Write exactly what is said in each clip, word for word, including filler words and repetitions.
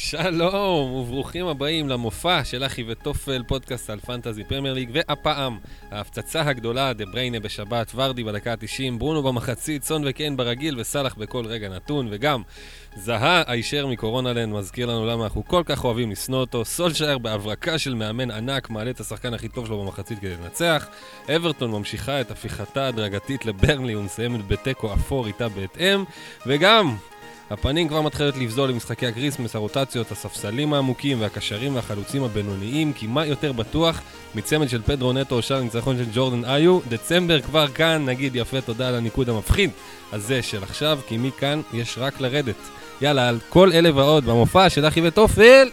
שלום וברוכים הבאים למופע של אחי וטופל, פודקאסט על פנטזי פרמייר ליג, והפעם ההפצצה הגדולה, דה בריינה בשבת, ורדי בדקה ה-תשעים, ברונו במחצית, סון וקיין ברגיל וסלח בכל רגע נתון, וגם זהה הישר מקורונה לן מזכיר לנו למה אנחנו כל כך אוהבים לשנוא אותו. סולשייר בהברקה של מאמן ענק מעלה את השחקן הכי טוב שלו במחצית כדי לנצח. אברטון ממשיכה את הפיכתה הדרגתית לברנלי ומסיימת בתיקו אפור איתה בהתאם, וגם הפנים כבר מתחילות לבזול למשחקי הקריסמס, הרוטציות, הספסלים העמוקים והקשרים והחלוצים הבינוניים, כי מה יותר בטוח מצמד של פדרו נטו או שער ניצחון של ג'ורדן איו. דצמבר כבר כאן, נגיד יפה תודה על הניקוד המפחיד הזה של עכשיו, כי מכאן יש רק לרדת. יאללה, על כל אלה ועוד במופע של אחי וטופל.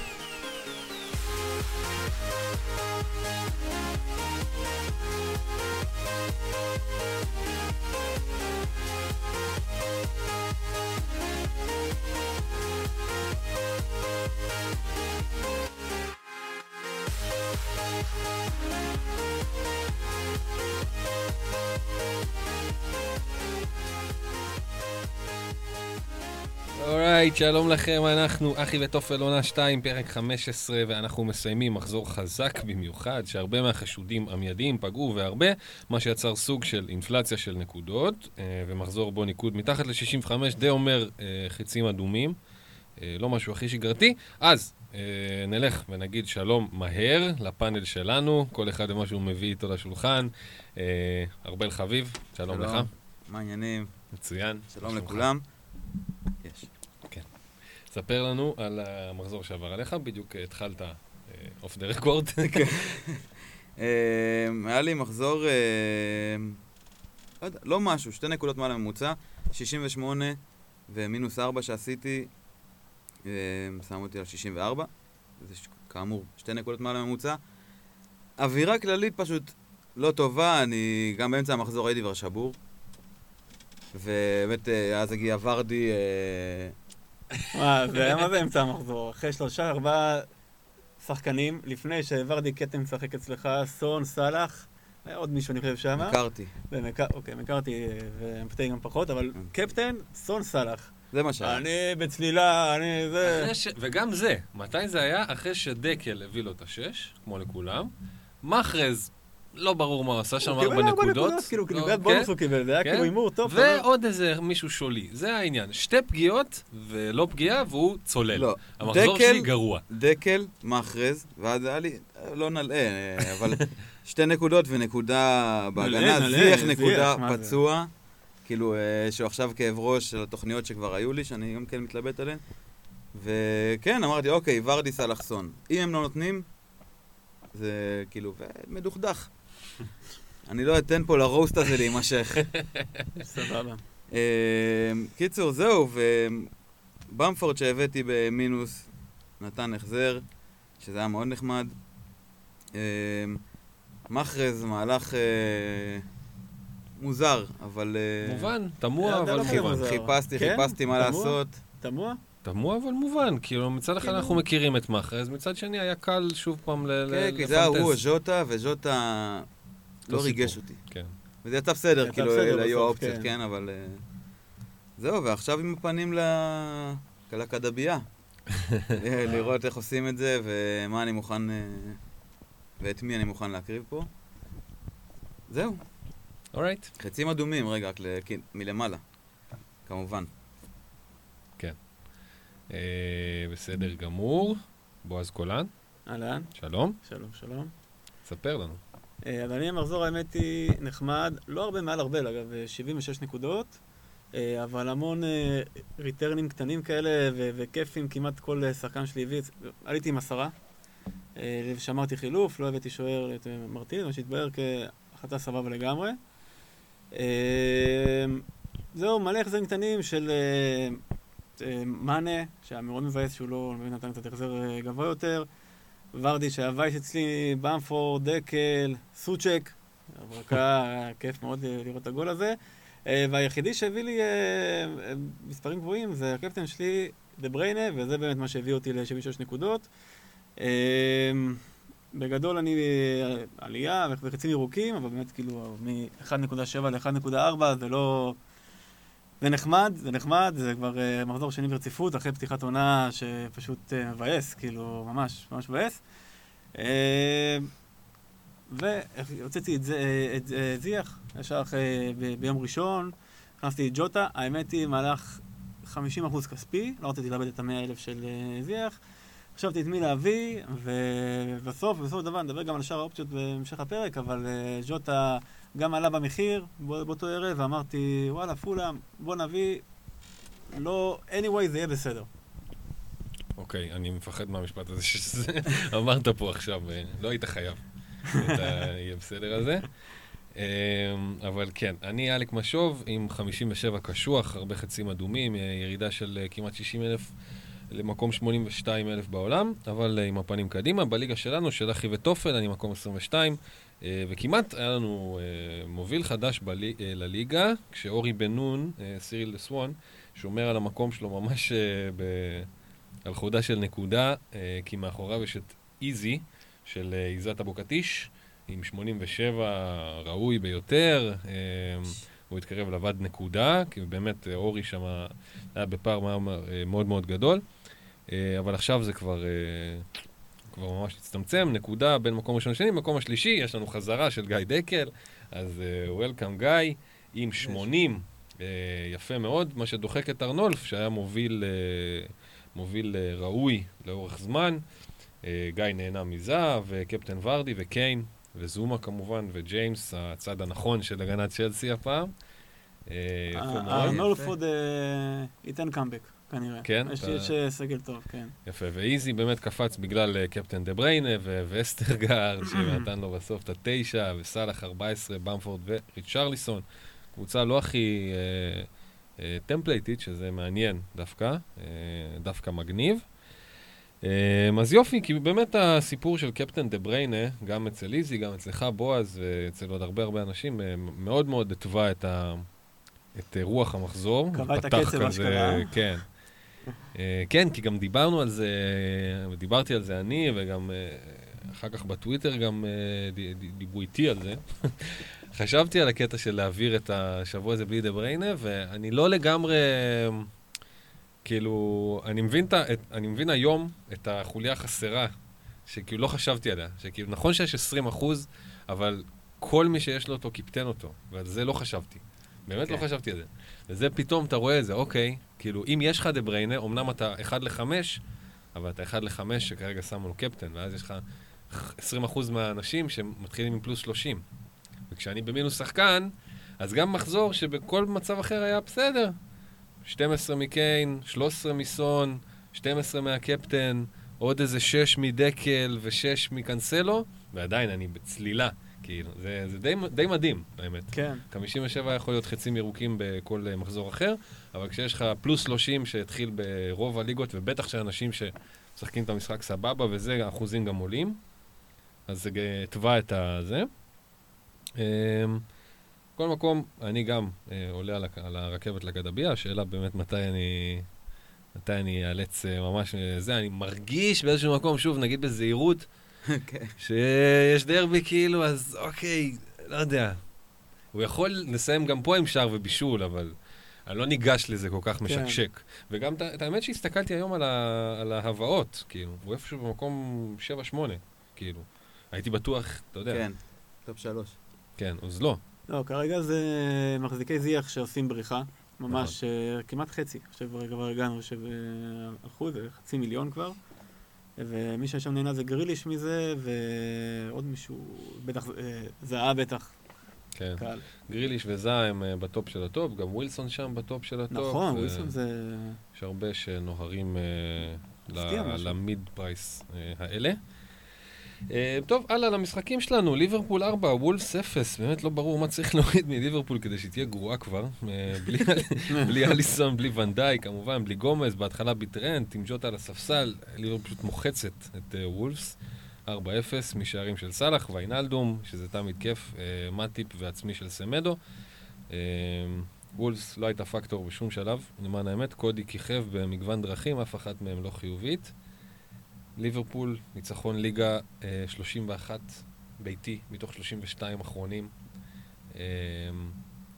אורייט, שלום לכם, אנחנו אחי וטופל עונה שתיים, פרק חמש עשרה, ואנחנו מסיימים מחזור חזק במיוחד, שהרבה מהחשודים המיידיים פגעו והרבה, מה שיצר סוג של אינפלציה של נקודות, ומחזור בו ניקוד מתחת ל-שישים וחמש, די אומר חיצים אדומים, לא משהו הכי שגרתי. אז נלך ונגיד שלום מהר לפאנל שלנו, כל אחד ומה שהוא מביא איתו לשולחן. ארבל חביב, שלום, שלום. לך. מה העניינים? מצוין. שלום לכולם. יש. כן. ספר לנו על המחזור שעבר עליך, בדיוק התחלת אוף דה רקורד. היה לי מחזור, לא משהו, שתי נקודות מעל הממוצע, שישים ושמונה ומינוס ארבע שעשיתי, שמו אותי על שישים וארבע, זה כאמור שתי נקודות מעל הממוצע. אווירה כללית פשוט לא טובה, אני גם באמצע המחזור הייתי כבר שבור. ובאמת, אז הגיע ורדי... מה, זה היה מה זה אמצע המחזור? אחרי שלושה, ארבעה שחקנים, לפני שוורדי קטן משחק אצלך, סון, סלח, עוד מישהו אני חושב שמה. מקרתי. אוקיי, מקרתי ומפתיע גם פחות, אבל קפטן, סון, סלח. זה מה שהיה. אני בצלילה, אני זה... וגם זה, מתי זה היה? אחרי שדקל הביא לו את השש, כמו לכולם, מחרז, לא ברור מה הוא עשה שם, ארבע נקודות. כאילו, נקודת בונוס הוא קיבל, זה היה כאילו אימור טוב. ועוד איזה מישהו שולי, זה העניין. שתי פגיעות ולא פגיעה, והוא צולל. לא. המחזור שלי גרוע. דקל, מחרז, ואז היה לי, לא נלאה, אבל שתי נקודות ונקודה בהגנה, זיח נקודה פצוע, כאילו, שהוא עכשיו כאב ראש של התוכניות שכבר היו לי, שאני גם כן מתלבט עליהן. וכן, אמרתי, אוקיי, ורדי סלח סון. אם הם לא נותנים, זה כאילו, מדוכדך. אני לא אתן פה לרוסט הזה להימשך. סבבה. קיצור, זהו, ובמפורד שהבאתי במינוס נתן החזר, שזה היה מאוד נחמד. מחרז, מהלך מוזר, אבל... מובן, תמוה, אבל מובן. חיפשתי, חיפשתי מה לעשות. תמוה? תמוה אבל מובן, כאילו מצד אחד אנחנו מכירים את מחרז, מצד שני היה קל שוב פעם לפנטז. כן, כי זה הוא, ז'וטה, וז'וטה לא ריגש אותי. כן. וזה יצא בסדר, כאילו אלה היו האופציות, כן, אבל... זהו, ועכשיו עם הפנים לקדבייה. לראות איך עושים את זה, ומה אני מוכן... ואת מי אני מוכן להקריב פה. זהו. אורייט. חצים אדומים, רגע, מלמעלה. כמובן. כן. בסדר גמור. בועז קולן. אהלן. שלום. שלום, שלום. ספר לנו. אז אני המחזור האמת היא נחמד, לא הרבה מעל הרבה, אגב, שבעים ושש נקודות, אבל המון ריטרנים קטנים כאלה וכיפים, כמעט כל שחקן שלי הביא, עליתי עם עשרה, שמרתי חילוף, לא הבאתי שוער את מרטין, מה שהתבהר כהחלטה סבבה לגמרי. זהו, מלא החזרים קטנים של מאנה, שהיה מאוד מבאס שהוא לא נתן קצת החזר גבוה יותר, ורדי שהיה וייס אצלי, במפורד, דקל, סוצ'ק, הברקה, כיף מאוד לראות את הגול הזה. והיחידי שהביא לי מספרים גבוהים זה הקפטן שלי, דה בריינה, וזה באמת מה שהביא אותי ל-שבעים ושש נקודות. בגדול אני עלייה וחצים ירוקים, אבל באמת כאילו מ-אחת נקודה שבע ל-אחת נקודה ארבע זה לא... זה נחמד, זה נחמד, זה כבר uh, מחזור שני ברציפות, אחרי פתיחת עונה שפשוט uh, מבאס, כאילו, ממש, ממש מבאס. Uh, והוצאתי את, זה, את, את זיח, ישר אחרי ב, ביום ראשון, הכנסתי את ג'וטה, האמת היא מהלך חמישים אחוז כספי, לא רציתי לאבד את המאה אלף של uh, זיח, חשבתי את מי להביא, ובסוף, בסוף דבר, נדבר גם על שאר האופציות בהמשך הפרק, אבל uh, ג'וטה גם עלה במחיר באותו ערב, ואמרתי, וואלה, פולאם, בוא נביא, לא, anyway, זה יהיה בסדר. אוקיי, אני מפחד מהמשפט הזה שזה אמרת פה עכשיו, לא היית חייב. אתה יהיה בסדר על זה. אבל כן, אני אלק משוב עם חמישים ושבע קשוח, הרבה חצים אדומים, ירידה של כמעט שישים אלף למקום שמונים ושתיים אלף בעולם, אבל עם הפנים קדימה, בליגה שלנו, של אחי וטופל, אני מקום עשרים ושתיים, וכמעט היה לנו מוביל חדש לליגה, כשאורי בן נון, סיריל סוואן, שומר על המקום שלו ממש על חודה של נקודה, כי מאחוריו יש את איזי, של עיזת אבוקטיש, עם שמונים ושבע ראוי ביותר, הוא התקרב לבד נקודה, כי באמת אורי שם היה בפער מאוד מאוד גדול, אבל עכשיו זה כבר, כבר ממש הצטמצם, נקודה בין מקום ראשון לשני, מקום השלישי, יש לנו חזרה של גיא דקל, אז וולקאם גיא, עם שמונים, יפה מאוד, מה שדוחק את ארנולף, שהיה מוביל, מוביל ראוי לאורך זמן, גיא נהנה מזה, וקפטן ורדי וקיין, וזומה כמובן, וג'יימס, הצד הנכון של הגנת צ'לסי הפעם. ארנולף עוד ייתן קאמבק, כנראה. כן? יש סגל טוב, כן. יפה, ואיזי באמת קפץ בגלל קפטן דה בריינה, ואסטרגרד, שנתן לו בסוף את התשע, וסלח ארבע עשרה, במפורד וריצ'רליסון. קבוצה לא הכי טמפלייטית, שזה מעניין דווקא, דווקא מגניב. אז יופי, כי באמת הסיפור של קפטן דה בריינה, גם אצל איזי, גם אצלך בועז, ואצל עוד הרבה הרבה אנשים, מאוד מאוד התווה את, ה... את רוח המחזור. קבע את הקצב השקרה. כן. כן, כי גם דיברנו על זה, דיברתי על זה אני, וגם אחר כך בטוויטר גם דיברו איתי על זה. חשבתי על הקטע של להעביר את השבוע הזה בלי דה בריינה, ואני לא לגמרי... כאילו, אני מבין, את, אני מבין היום את החוליה החסרה, שכאילו לא חשבתי עליה, שכאילו נכון שיש עשרים אחוז, אבל כל מי שיש לו אותו קיפטן אותו, ועל זה לא חשבתי. באמת okay. לא חשבתי על זה. וזה פתאום, אתה רואה את זה, אוקיי, כאילו, אם יש לך דה בריינה, אמנם אתה אחד לחמש, אבל אתה אחד לחמש שכרגע שמו לו קפטן, ואז יש לך עשרים אחוז מהאנשים שמתחילים עם פלוס שלושים. וכשאני במינוס שחקן, אז גם מחזור שבכל מצב אחר היה בסדר. שתים עשרה מקיין, שלוש עשרה מסון, שתים עשרה מהקפטן, עוד איזה שש מדקל ושש מקנסלו, ועדיין אני בצלילה, כאילו, זה, זה די, די מדהים, האמת. כן. חמישים ושבע יכול להיות חצים ירוקים בכל מחזור אחר, אבל כשיש לך פלוס שלושים שהתחיל ברוב הליגות, ובטח שאנשים שמשחקים את המשחק סבבה, וזה, האחוזים גם עולים, אז זה תבע את הזה. בכל מקום, אני גם אה, עולה על, על הרכבת לגדביה, השאלה באמת מתי אני, מתי אני אאלץ אה, ממש זה, אני מרגיש באיזשהו מקום, שוב, נגיד בזהירות, okay. שיש דרבי כאילו, אז אוקיי, לא יודע. הוא יכול לסיים גם פה עם שער ובישול, אבל אני לא ניגש לזה כל כך משקשק. וגם את האמת שהסתכלתי היום על, ה, על ההבאות, כאילו, הוא איפשהו במקום שבע שמונה, כאילו. הייתי בטוח, אתה יודע. כן, טופ שלוש. כן, אז לא. לא, כרגע זה מחזיקי זיח שעושים בריחה, ממש כמעט חצי. עכשיו כבר הגענו שהלכו, זה חצי מיליון כבר, ומי ששם נהנה זה גריליש מזה, ועוד מישהו, בטח, זהה בטח. כן, גריליש וזהה הם בטופ של הטופ, גם ווילסון שם בטופ של הטופ. נכון, ווילסון זה... יש הרבה שנוהרים למיד פרייס האלה. Uh, טוב, הלאה למשחקים שלנו, ליברפול ארבע, וולפס אפס, באמת לא ברור מה צריך להוריד מליברפול כדי שתהיה גרועה כבר, uh, בלי, בלי אליסון, בלי ונדאי, כמובן, בלי גומז, בהתחלה ביטרנט, עם ג'וטה על הספסל, ליברפול פשוט מוחצת את uh, וולפס, ארבע אפס, משערים של סלח, ויינלדום, שזה תמיד כיף, uh, מטיפ ועצמי של סמדו. Uh, וולפס לא הייתה פקטור בשום שלב, למען האמת, קודי כיכב במגוון דרכים, אף אחת מהם לא חיובית. ליברפול, ניצחון ליגה אה, שלושים ואחת ביתי, מתוך שלושים ושתיים אחרונים. אה,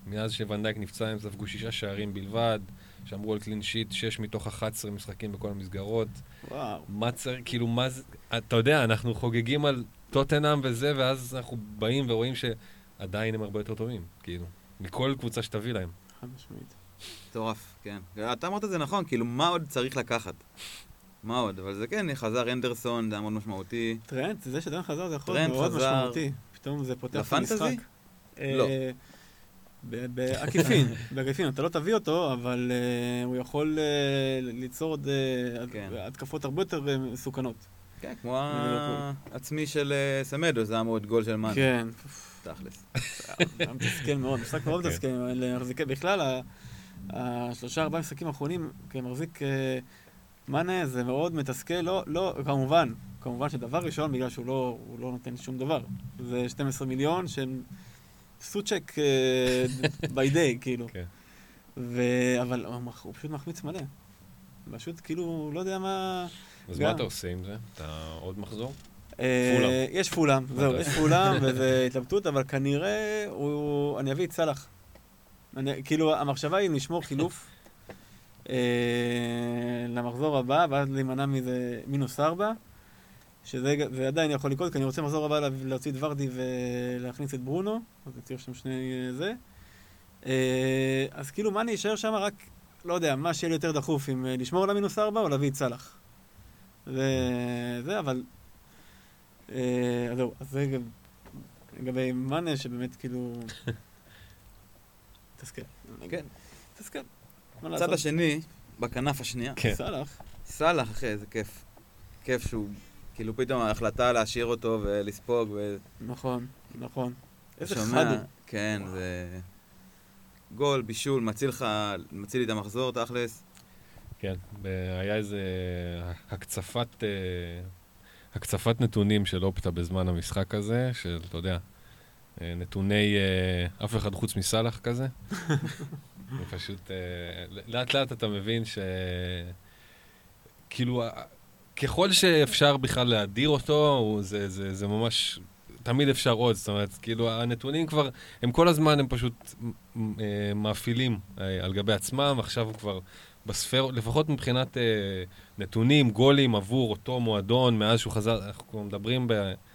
מאז שוונדייק נפצע הם ספגו שישה שערים בלבד, שאמרו על קלין שיט, שש מתוך אחת עשרה משחקים בכל המסגרות. וואו. מה צריך, כאילו, מה זה, אתה יודע, אנחנו חוגגים על טוטנהאם וזה, ואז אנחנו באים ורואים שעדיין הם הרבה יותר טובים, כאילו, מכל קבוצה שתביא להם. חד משמעית. מטורף, כן. אתה אמרת את זה נכון, כאילו, מה עוד צריך לקחת? מה עוד? אבל זה כן, חזר אנדרסון, זה היה מאוד משמעותי. טרנט, זה שדן חזר זה יכול טרנט להיות מאוד חזר. משמעותי. פתאום זה פותח את המשחק. לפנטזי? אה, לא. ב- בעקיפין, בעקיפין, אתה לא תביא אותו, אבל אה, הוא יכול אה, ליצור עוד אה, כן. התקפות הרבה יותר אה, מסוכנות. כן, כמו העצמי של אה, סמדו, זה היה מאוד גול של מאן. כן. תכלס. היה מתסכל מאוד, משחק מאוד כן. מתסכל. למחזיקי- בכלל, ה- השלושה ארבעה משחקים האחרונים, כמחזיק אה, מאנה, זה מאוד מתסכל. לא, לא, כמובן, כמובן שדבר ראשון, בגלל שהוא לא, הוא לא נותן שום דבר. זה שנים עשר מיליון שהם סוצ'ק by day, כאילו. כן. ו- אבל הוא מח- הוא פשוט מחמיץ מלא. פשוט כאילו, לא יודע מה... אז גם. מה אתה עושה עם זה? אתה עוד מחזור? אה, פולאם. יש פולאם, זהו, אתה יש פולאם, וזה התלבטות, אבל כנראה הוא... אני אביא את סלאח. אני- כאילו, המחשבה היא לשמור חילוף אה, למחזור הבא, ואז להימנע מזה מינוס ארבע, שזה זה עדיין יכול לקרות, כי אני רוצה מחזור הבא לה- להוציא את ורדי ולהכניס את ברונו, אז נצטרך שם שני אה, זה. אה, אז כאילו, מה אני אשאר שם? רק, לא יודע, מה שיהיה לי יותר דחוף, אם אה, לשמור על המינוס ארבע או להביא את סלאח. זה, זה, אבל... אה, אז זהו, אז זה גם לגבי מאנה, שבאמת כאילו... תסכל. כן. תסכל. מה הצד לעשות? השני, בכנף השנייה, כן. סלאח. סאלח, אחי, איזה כיף. כיף שהוא, כאילו פתאום ההחלטה להשאיר אותו ולספוג ו... נכון, נכון. איזה שומע, חד הוא. כן, זה... גול, בישול, מציל לך, מציל לי את המחזור, תכלס. כן, ב- היה איזה הקצפת, אה, הקצפת נתונים של אופטה בזמן המשחק הזה, של, אתה יודע, אה, נתוני אה, אף אחד חוץ מסלאח כזה. ופשוט, אה, לאט לאט אתה מבין ש... כאילו, ה- ככל שאפשר בכלל להדיר אותו, הוא- זה, זה, זה ממש... תמיד אפשר עוד, זאת אומרת, כאילו, הנתונים כבר, הם כל הזמן, הם פשוט מ- אה, מאפילים אה, על גבי עצמם, עכשיו כבר בספר, לפחות מבחינת אה, נתונים, גולים עבור אותו מועדון, מאז שהוא חזר, אנחנו כבר מדברים ב,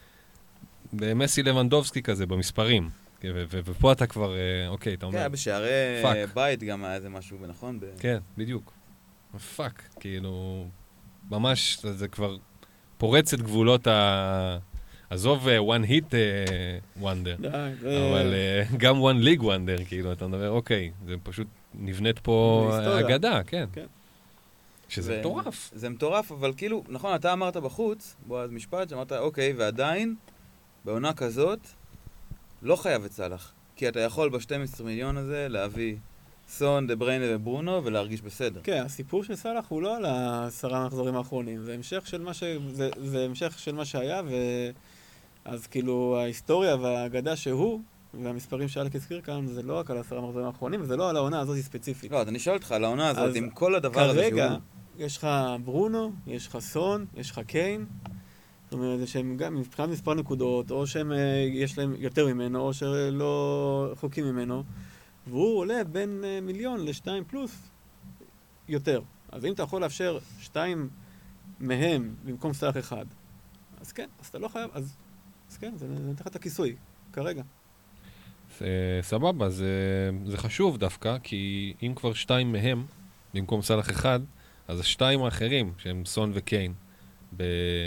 במסי לבנדובסקי כזה, במספרים. ו- ו- ופה אתה כבר, אה, אוקיי, אתה כן, אומר, היה בשערי פאק. בית גם היה איזה משהו, נכון? ב- כן, בדיוק. פאק, כאילו, ממש, זה, זה כבר פורץ את גבולות ה... עזוב uh, one hit uh, wonder, די, אבל uh, גם one league wonder, כאילו, אתה מדבר, אוקיי, זה פשוט נבנית פה זה היסטוריה. אגדה, כן. כן. שזה ו- מטורף. זה מטורף, אבל כאילו, נכון, אתה אמרת בחוץ, בועז משפט, שאמרת, אוקיי, ועדיין, בעונה כזאת, לא חייב את סלאח. כי אתה יכול ב-שנים עשר מיליון הזה להביא סון, דה בריינה וברונו ולהרגיש בסדר. כן, הסיפור של סלאח הוא לא על העשרה מחזורים האחרונים, זה המשך של מה ש... זה, זה המשך של מה שהיה, ו... אז כאילו ההיסטוריה והאגדה שהוא, והמספרים שאלק הזכיר כאן, זה לא רק על העשרה מחזורים האחרונים, וזה לא על העונה הזאת ספציפית. לא, אז אני שואל אותך על העונה הזאת, אז עם כל הדבר הזה שהוא... כרגע, יש לך ברונו, יש לך סון, יש לך קיין, זאת אומרת, שהם גם מבחינת מספר נקודות, או שהם, אה, יש להם יותר ממנו, או שלא חוקים ממנו, והוא עולה בין אה, מיליון לשתיים פלוס יותר. אז אם אתה יכול לאפשר שתיים מהם במקום סלאח אחד, אז כן, אז אתה לא חייב, אז, אז כן, זה זה נותן לך את הכיסוי, כרגע. אה, סבבה, זה, זה חשוב דווקא, כי אם כבר שתיים מהם, במקום סלאח אחד, אז השתיים האחרים, שהם סון וקיין, ב,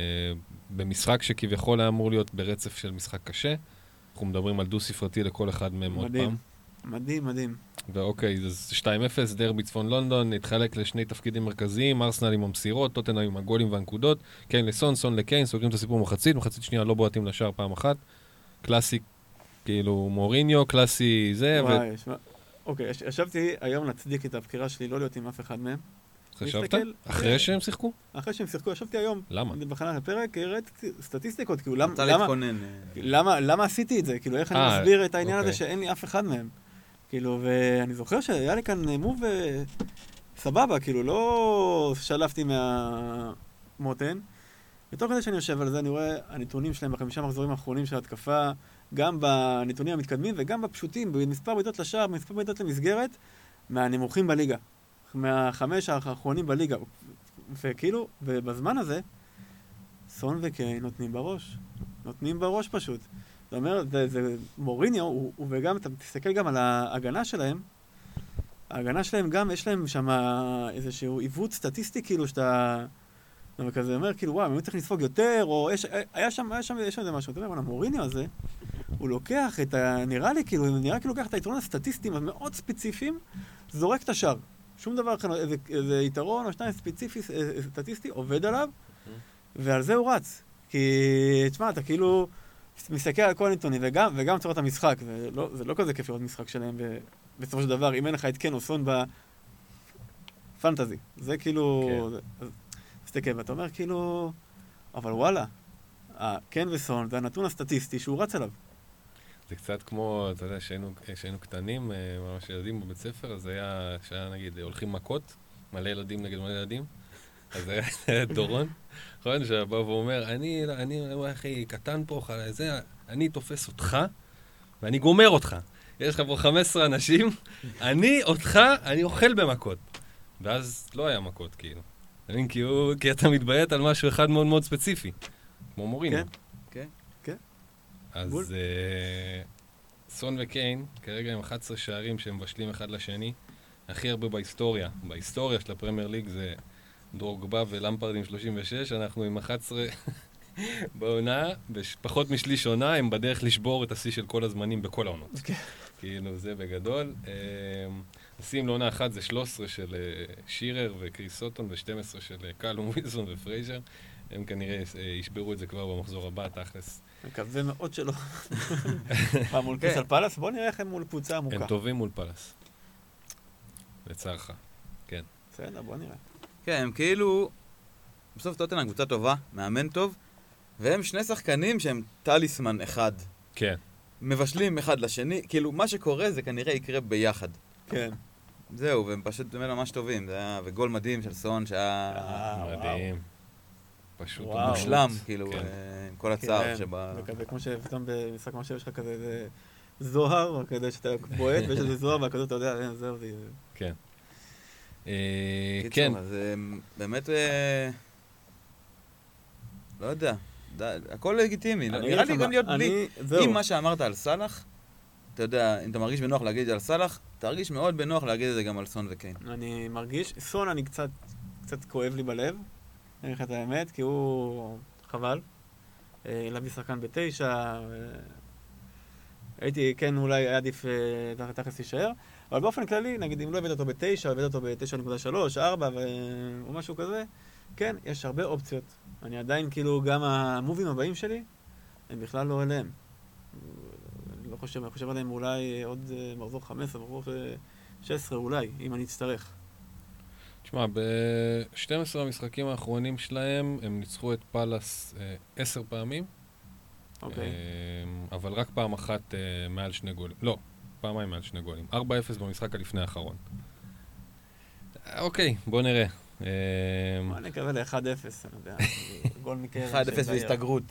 במשחק שכביכול היה אמור להיות ברצף של משחק קשה, אנחנו מדברים על דו-ספרתי לכל אחד מהם עוד מדהים. פעם. מדהים, מדהים. ואוקיי, זה שתיים אפס, דרבי צפון לונדון, התחלק לשני תפקידים מרכזיים, ארסנל עם המסירות, טוטנהאם עם הגולים והנקודות, קיין לסון, סון לקיין, סוגרים את הסיפור מחצית, מחצית שנייה לא בועטים לשער פעם אחת, קלאסי, כאילו מוריניו, קלאסי זה, ו... וואי, שמע, אוקיי, יש- ישבתי היום להצדיק את הבחירה שלי לא להיות עם אף אחד מהם. חשבת? להסתכל- אחרי כן. שהם שיחקו? אחרי שהם שיחקו, ישבתי היום. למה? בחנה לפרק, הראיתי סטטיסטיקות, כאילו, למה, רוצה למה, להתכונן. אה, למה, למה עשיתי את זה? כאילו, איך אני אה, מסביר את העניין הזה אוקיי. שאין לי אף אחד מהם? כאילו, ואני זוכר שהיה לי כאן מוב אה, סבבה, כאילו, לא שלפתי מהמותן, בתוך כדי שאני יושב על זה, אני רואה הנתונים שלהם בחמישה מחזורים האחרונים של התקפה, גם בנתונים המתקדמים וגם בפשוטים, במספר בעיטות לשער, במספר בעיטות למסגרת, מהנמוכים בליגה. מהחמש האחרונים בליגה. וכאילו, בזמן הזה, סון וקיין נותנים בראש. נותנים בראש פשוט. זאת אומרת, זה, זה מוריניו, הוא, וגם, אתה תסתכל גם על ההגנה שלהם, ההגנה שלהם גם, יש להם שם איזשהו עיוות סטטיסטי, כאילו, שאתה... וכזה אומר, כאילו, וואו, אני צריך לספוג יותר, או יש, היה שם, היה שם, יש שם איזה משהו. אתה אומר, המוריניו הזה, הוא לוקח את ה... נראה לי, כאילו, נראה כאילו לוקח את היתרון הסטטיסטיים המאוד ספציפיים, זורק את השאר. שום דבר, איזה, איזה יתרון או שניים ספציפי, סטטיסטי, עובד עליו, ועל זה הוא רץ. כי, תשמע, אתה כאילו מסתכל על כל הנתונים, וגם, וגם צורת המשחק, זה לא, זה לא כזה כיף לראות משחק שלהם, ובסופו של דבר, אם אין לך את קן או סון בפנטזי, זה כאילו... כן. תסתכל, ואתה אומר כאילו, אבל וואלה, קן וסון, זה הנתון הסטטיסטי שהוא רץ עליו. זה קצת כמו, אתה יודע, שהיינו, שהיינו קטנים, ממש ילדים בבית ספר, אז היה, שהיה נגיד, הולכים מכות, מלא ילדים נגד מלא ילדים, אז היה דורון, נכון, שבא ואומר, אני, אני, אחי, קטן פה, זה, אני תופס אותך, ואני גומר אותך. יש לך פה חמישה עשר אנשים, אני אותך, אני אוכל במכות. ואז לא היה מכות, כאילו. כי, הוא, כי אתה מתביית על משהו אחד מאוד מאוד ספציפי, כמו מוריניו. כן, כן, כן. אז uh, סון וקיין, כרגע עם אחת עשרה שערים שהם מבשלים אחד לשני, הכי הרבה בהיסטוריה. בהיסטוריה של הפרמייר ליג זה דרוגבה ולמפרד עם שלושים ושש, אנחנו עם אחת עשרה בעונה, בפחות משליש עונה, הם בדרך לשבור את השיא של כל הזמנים בכל העונות. כאילו, זה בגדול. השיאים לעונה אחת זה שלוש עשרה של שירר וקריס סוטון ו-שתים עשרה של קלום ווילסון ופרייזר. הם כנראה ישברו את זה כבר במחזור הבא, תכלס. מקווה מאוד שלא. מה, מול קריסטל פלאס? בוא נראה איך הם מול קבוצה עמוקה. הם טובים מול פלאס. לצערך. כן. בסדר, בוא נראה. כן, הם כאילו... בסוף טוטנהאם קבוצה טובה, מאמן טוב, והם שני שחקנים שהם טליסמן אחד. כן. מבשלים אחד לשני, כאילו מה שקורה זה כנראה יקרה ביחד. כן. זהו, והם פשוט ממש טובים, זה היה, וגול מדהים של סון שהיה... מדהים. פשוט מושלם, כאילו, עם כל הצער שבא... וכמו שפתאום במשחק משהו יש לך כזה איזה זוהר, כדי שאתה בועט, ויש איזה זוהר, והכזאת אתה יודע, זהו, זה... כן. כן. אז באמת... לא יודע. הכל לגיטימי. נראה לי גם להיות בלי... אם מה שאמרת על סלאח, אתה יודע, אם אתה מרגיש בנוח להגיד על סלאח, תרגיש מאוד בנוח להגיד את זה גם על סון וקיין. אני מרגיש... סון אני קצת... קצת כואב לי בלב. אני אגיד לך את האמת, כי הוא... חבל. להביא שחקן בתשע. הייתי, כן, אולי היה עדיף תכף להישאר. אבל באופן כללי, נגיד, אם לא הבאת אותו בתשע, הבאת אותו ב-תשע נקודה שלוש, ארבע או משהו כזה, כן, יש הרבה אופציות. אני עדיין, כאילו, גם המובים הבאים שלי, הם בכלל לא אליהם. אני לא חושב, אני חושב עליהם אולי עוד מחזור חמש עשרה, מחזור שש עשרה אולי, אם אני אצטרך. תשמע, ב-שנים עשר המשחקים האחרונים שלהם, הם ניצחו את פלאס עשר פעמים. אוקיי. אבל רק פעם אחת מעל שני גולים. לא, פעמיים מעל שני גולים. ארבע אפס במשחק הלפני האחרון. אוקיי, בוא נראה. אני אקווה ל-אחד אפס, אני יודע. גול מקרן. אחד אפס והסתגרות.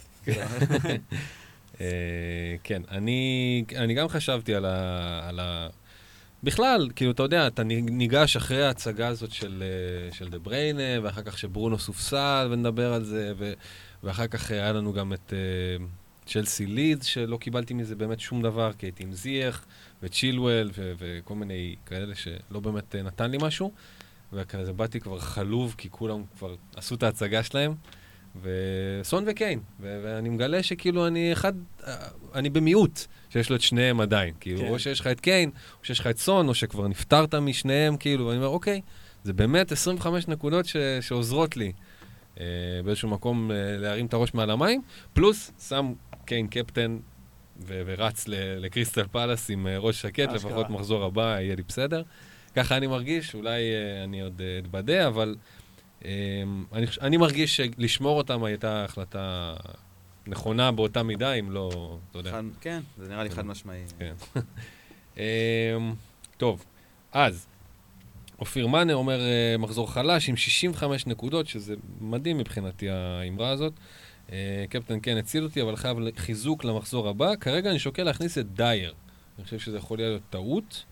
כן, אני גם חשבתי על ה... בכלל, כאילו, אתה יודע, אתה ניגש אחרי ההצגה הזאת של דה בריינה, ואחר כך שברונו סופסל, ונדבר על זה, ואחר כך היה לנו גם את צ'לסי לידס, שלא קיבלתי מזה באמת שום דבר, כי הייתי עם זייח, וצ'ילואל, וכל מיני כאלה שלא באמת נתן לי משהו, וכזה באתי כבר חלוב, כי כולם כבר עשו את ההצגה שלהם, וסון וקיין, ואני מגלה שכאילו אני אחד, אני במיעוט שיש לו את שניהם עדיין, כאילו, או שיש לך את קיין, או שיש לך את סון, או שכבר נפטרת משניהם, כאילו, ואני אומר, אוקיי, זה באמת עשרים וחמש נקודות שעוזרות לי באיזשהו מקום להרים את הראש מעל המים, פלוס שם קיין קפטן ורץ לקריסטל פלאס עם ראש שקט, לפחות מחזור הבא יהיה לי בסדר. ככה אני מרגיש, אולי אני עוד אתבדה, אבל אני, אני מרגיש שלשמור אותם הייתה החלטה נכונה באותה מידה, אם לא, אתה יודע. חד, כן, זה נראה לי חד משמעי. כן. טוב, אז, אופיר מנה אומר מחזור חלש עם שישים וחמש נקודות, שזה מדהים מבחינתי האמרה הזאת. קפטן כן הציל אותי, אבל חייב חיזוק למחזור הבא. כרגע אני שוקל להכניס את דייר. אני חושב שזה יכול להיות טעות.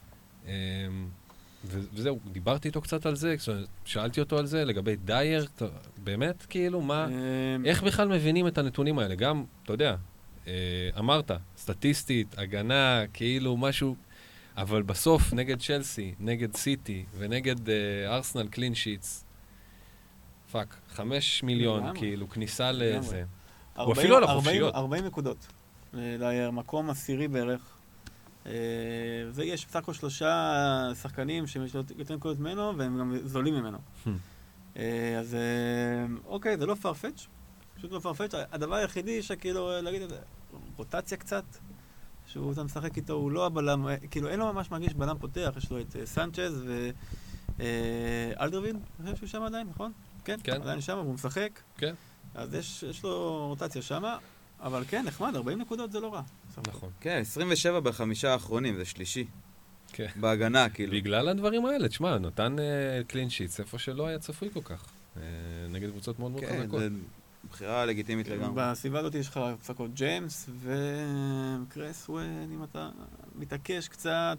וזהו, דיברתי איתו קצת על זה, שאלתי אותו על זה, לגבי דייר, באמת, כאילו, מה, איך בכלל מבינים את הנתונים האלה? גם, אתה יודע, אמרת, סטטיסטית, הגנה, כאילו, משהו, אבל בסוף, נגד צ'לסי, נגד סיטי, ונגד ארסנל קלין שיטס, פאק, חמש מיליון, כאילו, כניסה לזה. הוא אפילו על החופשיות. ארבעים נקודות. דייר, מקום עשירי בערך. זה יש בסך הכל שלושה שחקנים שיש יותר נקודות ממנו והם גם זולים ממנו. אז אוקיי, זה לא פרפץ', פשוט לא פרפץ'. הדבר היחידי שכאילו להגיד את זה, רוטציה קצת, שהוא משחק איתו, הוא לא הבלם, כאילו אין לו ממש מרגיש בלם פותח, יש לו את סנצ'ז ואלדרווין, אני חושב שהוא שם עדיין, נכון? כן, עדיין שם, והוא משחק. כן. אז יש לו רוטציה שם. אבל כן, נחמד, ארבעים נקודות זה לא רע. נכון. כן, עשרים ושבע בחמישה האחרונים, זה שלישי. כן. בהגנה, כאילו. בגלל הדברים האלה, תשמע, נותן קלין שיטס, איפה שלא היה צפוי כל כך. נגד קבוצות מאוד מאוד חזקות. כן, זה בחירה לגיטימית לגמרי. בסביבה הזאת יש לך פסקות ג'יימס וקרסוון, אם אתה מתעקש קצת.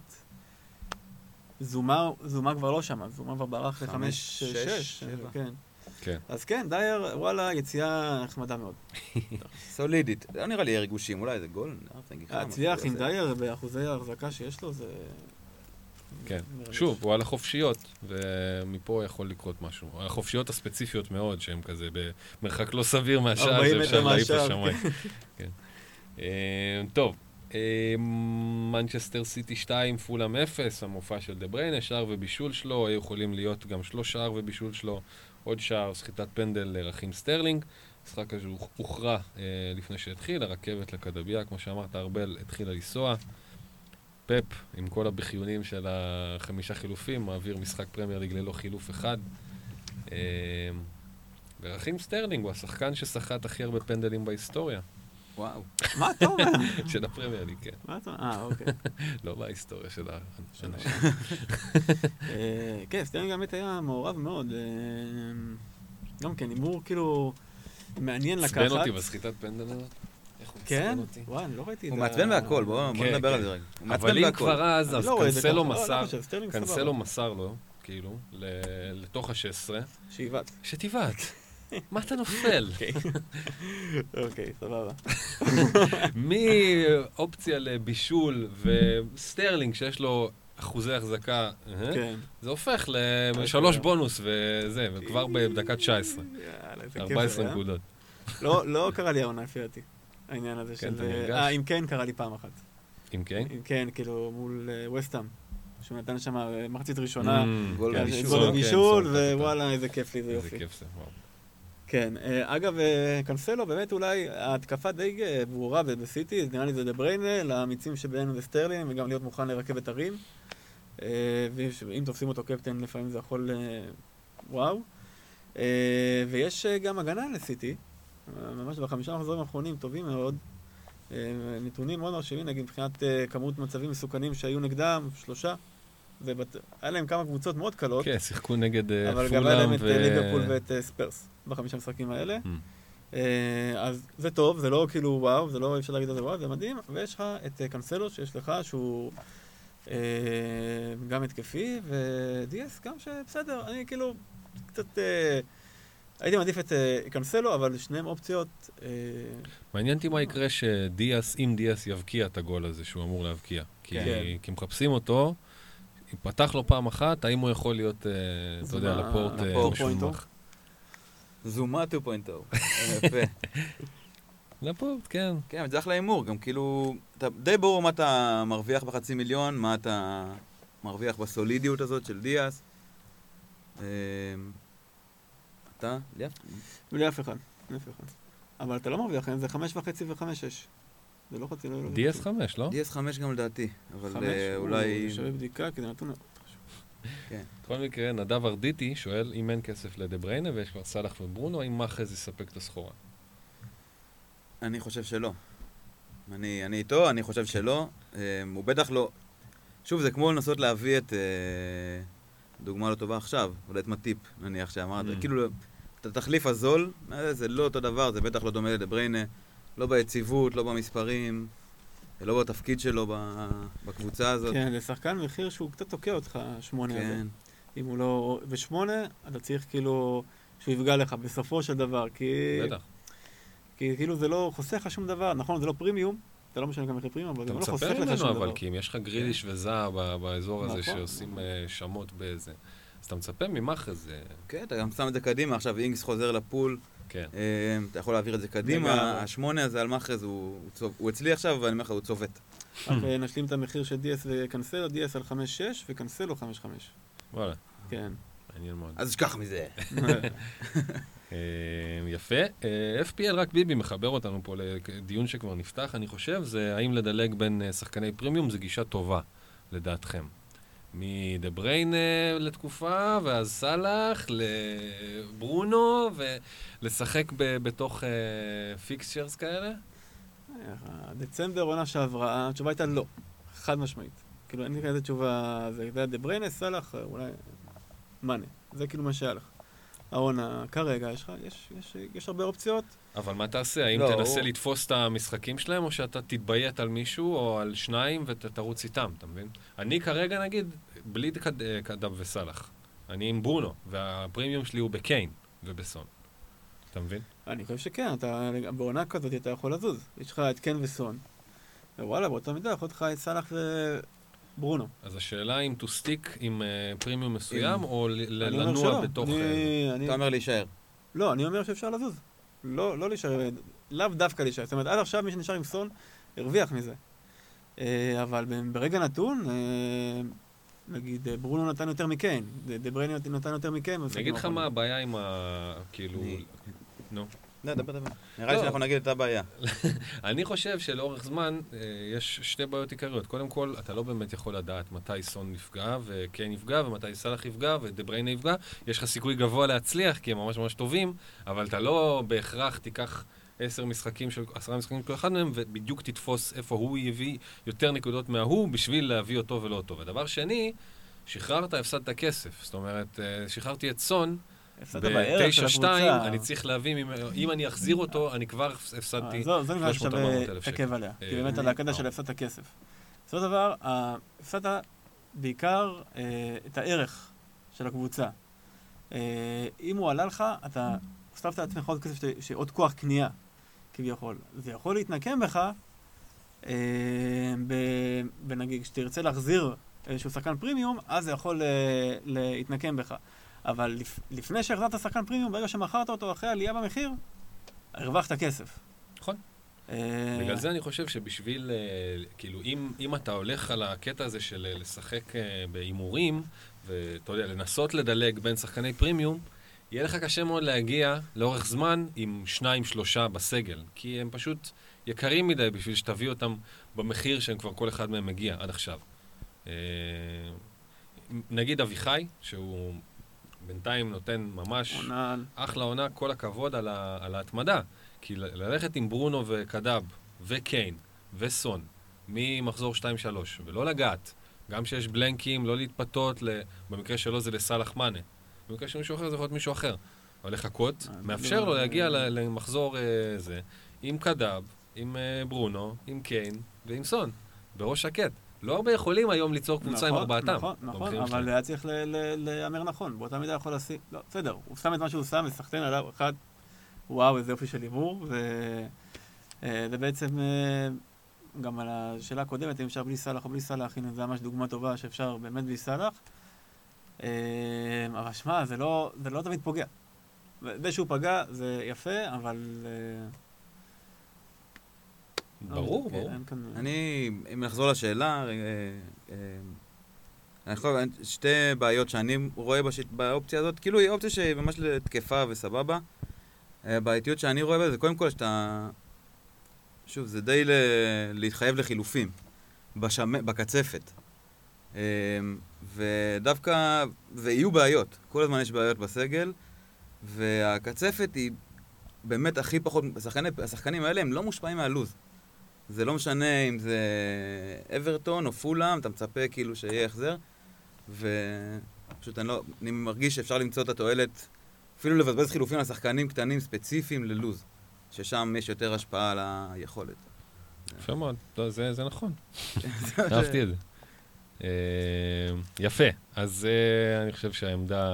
זומה, זומה כבר לא שם, זומה כבר ברח לחמש, שש, שבע. כן. כן. אז כן, דייר, וואלה, יציאה נחמדה מאוד. סולידית. לא נראה לי רגושים, אולי זה גול. הצליח עם דייר באחוזי ההחזקה שיש לו, זה... כן. שוב, הוא על החופשיות, ומפה יכול לקרות משהו. החופשיות הספציפיות מאוד, שהן כזה במרחק לא סביר מהשאר, זה אפשר להעיף לשמיים. טוב. מנצ'סטר סיטי שתיים, פולאם אפס, המופע של דה בריינה, שער ובישול שלו, היו יכולים להיות גם שלוש שער ובישול שלו, עוד שער, סחיטת פנדל לרכים סטרלינג. משחק הזה הוכרע אה, לפני שהתחיל, הרכבת לקדביה, כמו שאמרת, ארבל התחילה לנסוע. פפ, עם כל הבחיונים של החמישה חילופים, מעביר משחק פרמייר ליג ללא חילוף אחד. אה, ורכים סטרלינג הוא השחקן ששחט הכי הרבה פנדלים בהיסטוריה. וואו. מה אתה אומר? של הפרמייר ליג, כן. מה אתה אומר? אה, אוקיי. לא בהיסטוריה של האנשים. כן, סטרלינג באמת היה מעורב מאוד. גם כן, הימור כאילו מעניין לקחת. צבן אותי בסחיטת פנדל הזאת. איך הוא כן? צבן אותי? וואי, אני לא ראיתי את זה. הוא מעצבן בהכל, בואו נדבר על זה רגע. אבל אם כבר אז, אז קנסלו מסר, קנסלו מסר לו, כאילו, לתוך ה-שש עשרה. שיבט. שתיבט. מה אתה נופל? אוקיי, סבבה. מאופציה לבישול וסטרלינג שיש לו אחוזי החזקה, זה הופך לשלוש בונוס וזה, וכבר בדקה תשע עשרה. ארבע עשרה נקודות. לא קרה לי העונה לפי דעתי, העניין הזה של... אה, אם כן קרה לי פעם אחת. אם כן? אם כן, כאילו מול ווסטהאם. שהוא נתן שם מחצית ראשונה, גול בישול, ווואלה, איזה כיף לי, זה יופי. איזה כיף זה, וואו. כן, אגב, קנסלו, באמת אולי ההתקפה די ברורה בסיטי, נראה לי זה דה בריינה, לאמיצים שבינינו זה סטרלינג, וגם להיות מוכן לרכב את הרים. ואם תופסים אותו קפטן, לפעמים זה יכול... וואו. ויש גם הגנה לסיטי, ממש בחמישה מחזורים האחרונים טובים מאוד. נתונים מאוד מרשימים, נגיד מבחינת כמות מצבים מסוכנים שהיו נגדם, שלושה. והיה להם כמה קבוצות מאוד קלות. כן, שיחקו נגד פולאם ו... אבל גם היה להם את ליברפול ואת ספרס בחמישה משחקים האלה. אז זה טוב, זה לא כאילו וואו, זה לא אפשר להגיד על זה וואו, זה מדהים. ויש לך את קנסלו שיש לך, שהוא גם התקפי, ודיאס גם שבסדר, אני כאילו קצת... הייתי מעדיף את קנסלו, אבל שניהם אופציות... מעניין אותי מה יקרה שדיאס, אם דיאס יבקיע את הגול הזה שהוא אמור להבקיע. כי מחפשים אותו, אם פתח לו פעם אחת, האם הוא יכול להיות, אתה יודע, לפורט משומח? זומה שתיים נקודה אפס. יפה. לפורט, כן. כן, זה אחלה הימור, גם כאילו, די ברור מה אתה מרוויח בחצי מיליון, מה אתה מרוויח בסולידיות הזאת של דיאס. אתה? ליאף? בלי אף אחד, בלי אף אחד. אבל אתה לא מרוויח, זה חמש וחצי וחמש שש. זה לא חצי, לא... די אס חמש, לא? די אס חמש גם לדעתי, אבל אולי... שווה בדיקה, כי זה נתון... כן. בכל מקרה, נדב ארדיטי שואל אם אין כסף לדה בריינה ויש כבר סלח וברונו, האם מאחז יספק את הסחורה? אני חושב שלא. אני, אני איתו, אני חושב שלא. הוא בטח לא... שוב, זה כמו לנסות להביא את דוגמה לא טובה עכשיו, אולי את מטיפ, נניח שאמרת, כאילו, את התחליף הזול, זה לא אותו דבר, זה בטח לא דומה לדבריינה, לא ביציבות, לא במספרים, לא בתפקיד שלו בקבוצה הזאת. כן, זה שחקן מחיר שהוא קצת תוקע אותך, שמונה הזה. אם הוא לא... ושמונה, אתה צריך כאילו שהוא יפגע לך בסופו של דבר, כי... בטח. כי כאילו זה לא חוסך לך שום דבר, נכון, זה לא פרימיום, אתה לא משנה גם מחיר פרימיום, אבל זה לא חוסך לך שום דבר. אתה מצפה ממנו, אבל כי אם יש לך גריליש וזהה באזור הזה שעושים שמות באיזה... אז אתה מצפה ממחרז. כן, אתה גם שם את זה קדימה, עכשיו אינגס חוזר לפול, כן. אתה יכול להעביר את זה קדימה, השמונה הזה על מחרז הוא אצלי עכשיו, ואני אומר לך, הוא צובט. נשלים את המחיר של די אס וקנסלו, די אס על חמש שש וקנסלו חמש חמש. וואלה. כן. מעניין מאוד. אז שכח מזה. יפה. אף פי אל רק ביבי מחבר אותנו פה לדיון שכבר נפתח, אני חושב, זה האם לדלג בין שחקני פרימיום, זה גישה טובה, לדעתכם. מדבריינה לתקופה, ואז סלח, לברונו, ולשחק בתוך פיקסצ'רס כאלה? דצמבר עונה שעברה, התשובה הייתה לא, חד משמעית. כאילו, אין לי כזה תשובה, זה היה דבריינה, סלח, אולי מנה. זה כאילו מה שהיה לך. העונה, כרגע, יש, יש, יש, יש הרבה אופציות. אבל מה תעשה? האם לא, תנסה הוא... לתפוס את המשחקים שלהם, או שאתה תתביית על מישהו, או על שניים, ותרוץ איתם, אתה מבין? אני כרגע, נגיד, בלי קד... קדב וסלח. אני עם ברונו, והפרימיום שלי הוא בקיין ובסון. אתה מבין? אני חושב שכן, אתה, בעונה כזאת אתה יכול לזוז. יש לך את קיין וסון. ווואלה, באותה מידה, יכול לך את סלח וברונו. אז השאלה אם תוסטיק עם uh, פרימיום מסוים, עם... או לנוע בתוך... אני, אני... אתה אומר להישאר. לא, אני אומר שאפשר לזוז. לא, לא להישאר, לאו דווקא להישאר. זאת אומרת, עד עכשיו מי שנשאר עם סון, הרוויח מזה. אבל ברגע נתון, נגיד, ברונו נתן יותר מקיין, דבריינה נתן יותר מקיין. נגיד לך מה הבעיה עם ה... כאילו... נו. לא, דבר, דבר. נראה לי שאנחנו נגיד את הבעיה. אני חושב שלאורך זמן יש שתי בעיות עיקריות. קודם כל, אתה לא באמת יכול לדעת מתי סון נפגע, וקיין נפגע, ומתי סלח יפגע, ודבריינה יפגע. יש לך סיכוי גבוה להצליח, כי הם ממש ממש טובים, אבל אתה לא בהכרח תיקח עשר משחקים של, עשרה משחקים של כל אחד מהם, ובדיוק תתפוס איפה הוא יביא יותר נקודות מההוא, בשביל להביא אותו ולא אותו. ודבר שני, שחררת, הפסדת כסף. זאת אומרת, שחררתי את סון, ב-תשע שתיים, אני צריך להבין, אם אני אחזיר אותו, אני כבר הפסדתי שלוש מאות ארבע מאות אלף שקל. תקב עליה, כי באמת על הקדע של הפסדת כסף. בסופו של דבר, הפסדת בעיקר את הערך של הקבוצה. אם הוא עלה לך, אתה הוספת לעצמך עוד כסף, שעוד כוח קנייה, כביכול. זה יכול להתנקם בך, ונגיד, כשתרצה להחזיר איזשהו שחקן פרימיום, אז זה יכול להתנקם בך. אבל לפני שהחזרת שחקן פרימיום, ברגע שמכרת אותו אחרי עלייה במחיר, הרווחת כסף. נכון. בגלל זה אני חושב שבשביל, כאילו, אם אתה הולך על הקטע הזה של לשחק באימורים, ואתה יודע, לנסות לדלג בין שחקני פרימיום, יהיה לך קשה מאוד להגיע לאורך זמן עם שניים, שלושה בסגל, כי הם פשוט יקרים מדי בשביל שתביא אותם במחיר שהם כבר כל אחד מהם מגיע עד עכשיו. נגיד אביחי, שהוא בינתיים נותן ממש עונן. אחלה עונה, כל הכבוד על, ה, על ההתמדה. כי ל- ללכת עם ברונו וקדב וקיין וסון ממחזור שתיים שלוש, ולא לגעת, גם שיש בלנקים, לא להתפתות, ל... במקרה שלו זה לסלח מנה. במקרה של מישהו אחר זה יכול להיות מישהו אחר. אבל לחכות, מאפשר לו להגיע למחזור זה, עם קדב, עם ברונו, עם קיין ועם סון, בראש שקט. לא הרבה יכולים היום ליצור קבוצה עם ארבעתם. נכון, נכון, אבל היה צריך להאמר נכון. באותה מידה יכול להסיק, לא, בסדר, הוא שם את מה שהוא שם, וסחטן עליו אחד, וואו, איזה יופי של ליבור, וזה בעצם גם על השאלה הקודמת, אם אפשר בלי סלח או בלי סלח, הנה, זה ממש דוגמה טובה שאפשר באמת בלי סלח. אבל שמה, זה לא תמיד פוגע. זה שהוא פגע, זה יפה, אבל... ברור, ברור. אני, אם נחזור לשאלה, אני חושב, שתי בעיות שאני רואה באופציה הזאת, כאילו היא אופציה שהיא ממש לתקפה וסבבה. בעייתיות שאני רואה בה זה קודם כל שאתה, שוב, זה די להתחייב לחילופים, בקצפת. ודווקא, ויהיו בעיות, כל הזמן יש בעיות בסגל, והקצפת היא באמת הכי פחות, השחקנים האלה הם לא מושפעים מהלוז. זה לא משנה אם זה אברטון או פולאם, אתה מצפה כאילו שיהיה החזר, ו... פשוט אני לא, אני מרגיש שאפשר למצוא את התועלת, אפילו לבזבז חילופים על שחקנים קטנים ספציפיים ללוז, ששם יש יותר השפעה על היכולת. יפה מאוד, זה נכון. אהבתי את זה. יפה, אז אני חושב שהעמדה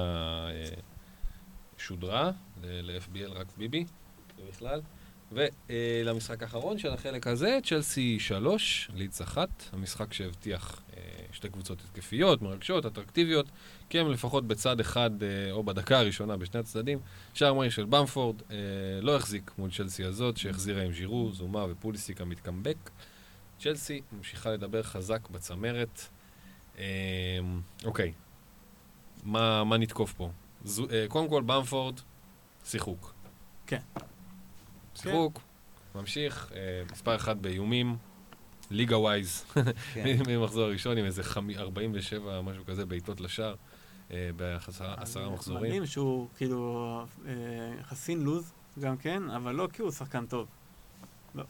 שודרה ל-אף בי אל רק ביבי, בכלל. ולמשחק האחרון של החלק הזה, צ'לסי שלוש, לידס אחת, המשחק שהבטיח שתי קבוצות התקפיות, מרגשות, אטרקטיביות, כי הם לפחות בצד אחד או בדקה הראשונה בשני הצדדים. שער מהיר של במפורד לא החזיק מול צ'לסי הזאת, שהחזירה עם ז'ירו, זומה ופוליסיק המתקמבק. צ'לסי ממשיכה לדבר חזק בצמרת. אוקיי, מה, מה נתקוף פה? זו, קודם כל, במפורד, שיחוק. כן. שיחוק, ממשיך, מספר אחד באיומים, ליגה ווייז, ממחזור הראשון עם איזה ארבעים ושבע, משהו כזה, בעיטות לשער, בעשרה מחזורים. מדהים שהוא כאילו חסין לוז, גם כן, אבל לא כי הוא שחקן טוב. לא.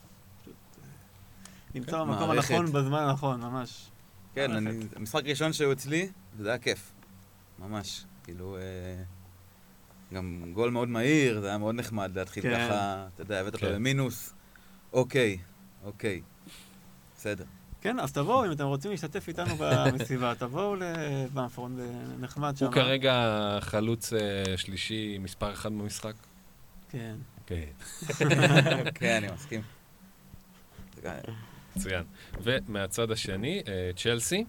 נמצא במקום הנכון בזמן הנכון, ממש. כן, המשחק ראשון שהוא אצלי, זה היה כיף. ממש. כאילו, גם גול מאוד מהיר, זה היה מאוד נחמד להתחיל ככה, אתה יודע, הבאת אותו במינוס. אוקיי, אוקיי. בסדר. כן, אז תבואו, אם אתם רוצים להשתתף איתנו במסיבה, תבואו לבמפורד, נחמד שם. הוא כרגע חלוץ שלישי מספר אחד במשחק? כן. כן. כן, אני מסכים. מצוין. ומהצד השני, צ'לסי.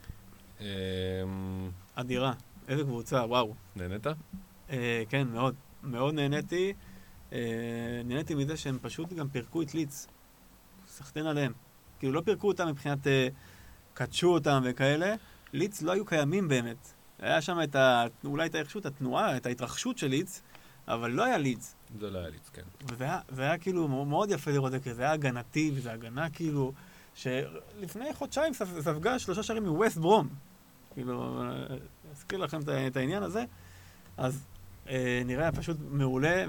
אדירה. איזה קבוצה, וואו. נהנית? כן, מאוד. מאוד נהניתי. נהניתי מזה שהם פשוט גם פירקו את ליץ. סחטן עליהם. כאילו לא פירקו אותם מבחינת קדשו אותם וכאלה. ליץ לא היו קיימים באמת. היה שם את ה... אולי את ההרשות, התנועה, את ההתרחשות של ליץ, אבל לא היה ליץ. זה לא היה ליץ, כן. וזה היה, היה כאילו מאוד יפה לראות את זה, זה היה הגנתי, וזה הגנה כאילו, שלפני חודשיים ספגה שלושה שערים מווסט ברום. כאילו, אזכיר לכם את העניין הזה. אז אה, נראה פשוט מעולה,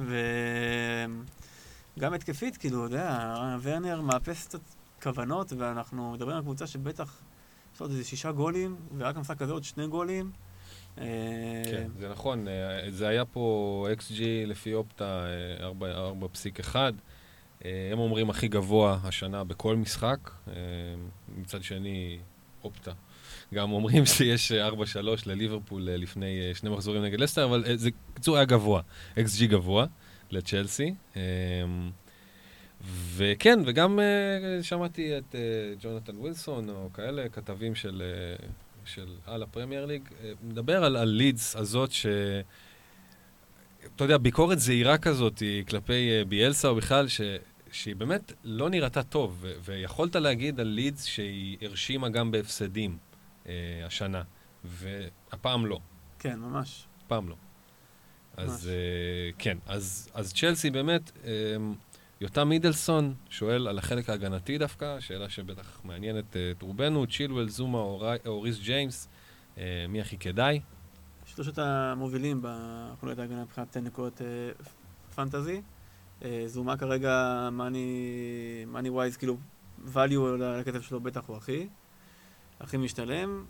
וגם התקפית, כאילו, אתה יודע, ורנר מאפס קצת כוונות, ואנחנו מדברים על קבוצה שבטח יש לו איזה שישה גולים, ורק המשחק כזה עוד שני גולים. כן, זה נכון. זה היה פה אקס ג'י לפי אופטה ארבע פסיק אחד. הם אומרים הכי גבוה השנה בכל משחק. מצד שני, אופטה. גם אומרים שיש ארבע שלוש לליברפול לפני שני מחזורים נגד לסטר, אבל זה קצור היה גבוה. אקס ג'י גבוה לצ'לסי. וכן, וגם שמעתי את ג'ונתן ווילסון, או כאלה כתבים של... של על הפרמייר ליג, מדבר על הלידס הזאת ש... אתה יודע, ביקורת זהירה כזאת כלפי ביאלסה או בכלל, ש... שהיא באמת לא נראתה טוב, ו... ויכולת להגיד על לידס שהיא הרשימה גם בהפסדים אה, השנה, והפעם לא. כן, ממש. הפעם לא. ממש. אז אה, כן, אז, אז צ'לסי באמת, אה, יותם מידלסון שואל על החלק ההגנתי דווקא, שאלה שבטח מעניינת את רובנו, צ'ילואל, זומה או ריס ג'יימס, מי הכי כדאי? שלושת המובילים בחולת ההגנה מבחינת נקודות פנטזי. זומה כרגע מאני ווייז, כאילו value לכתב שלו בטח הוא הכי, הכי משתלם,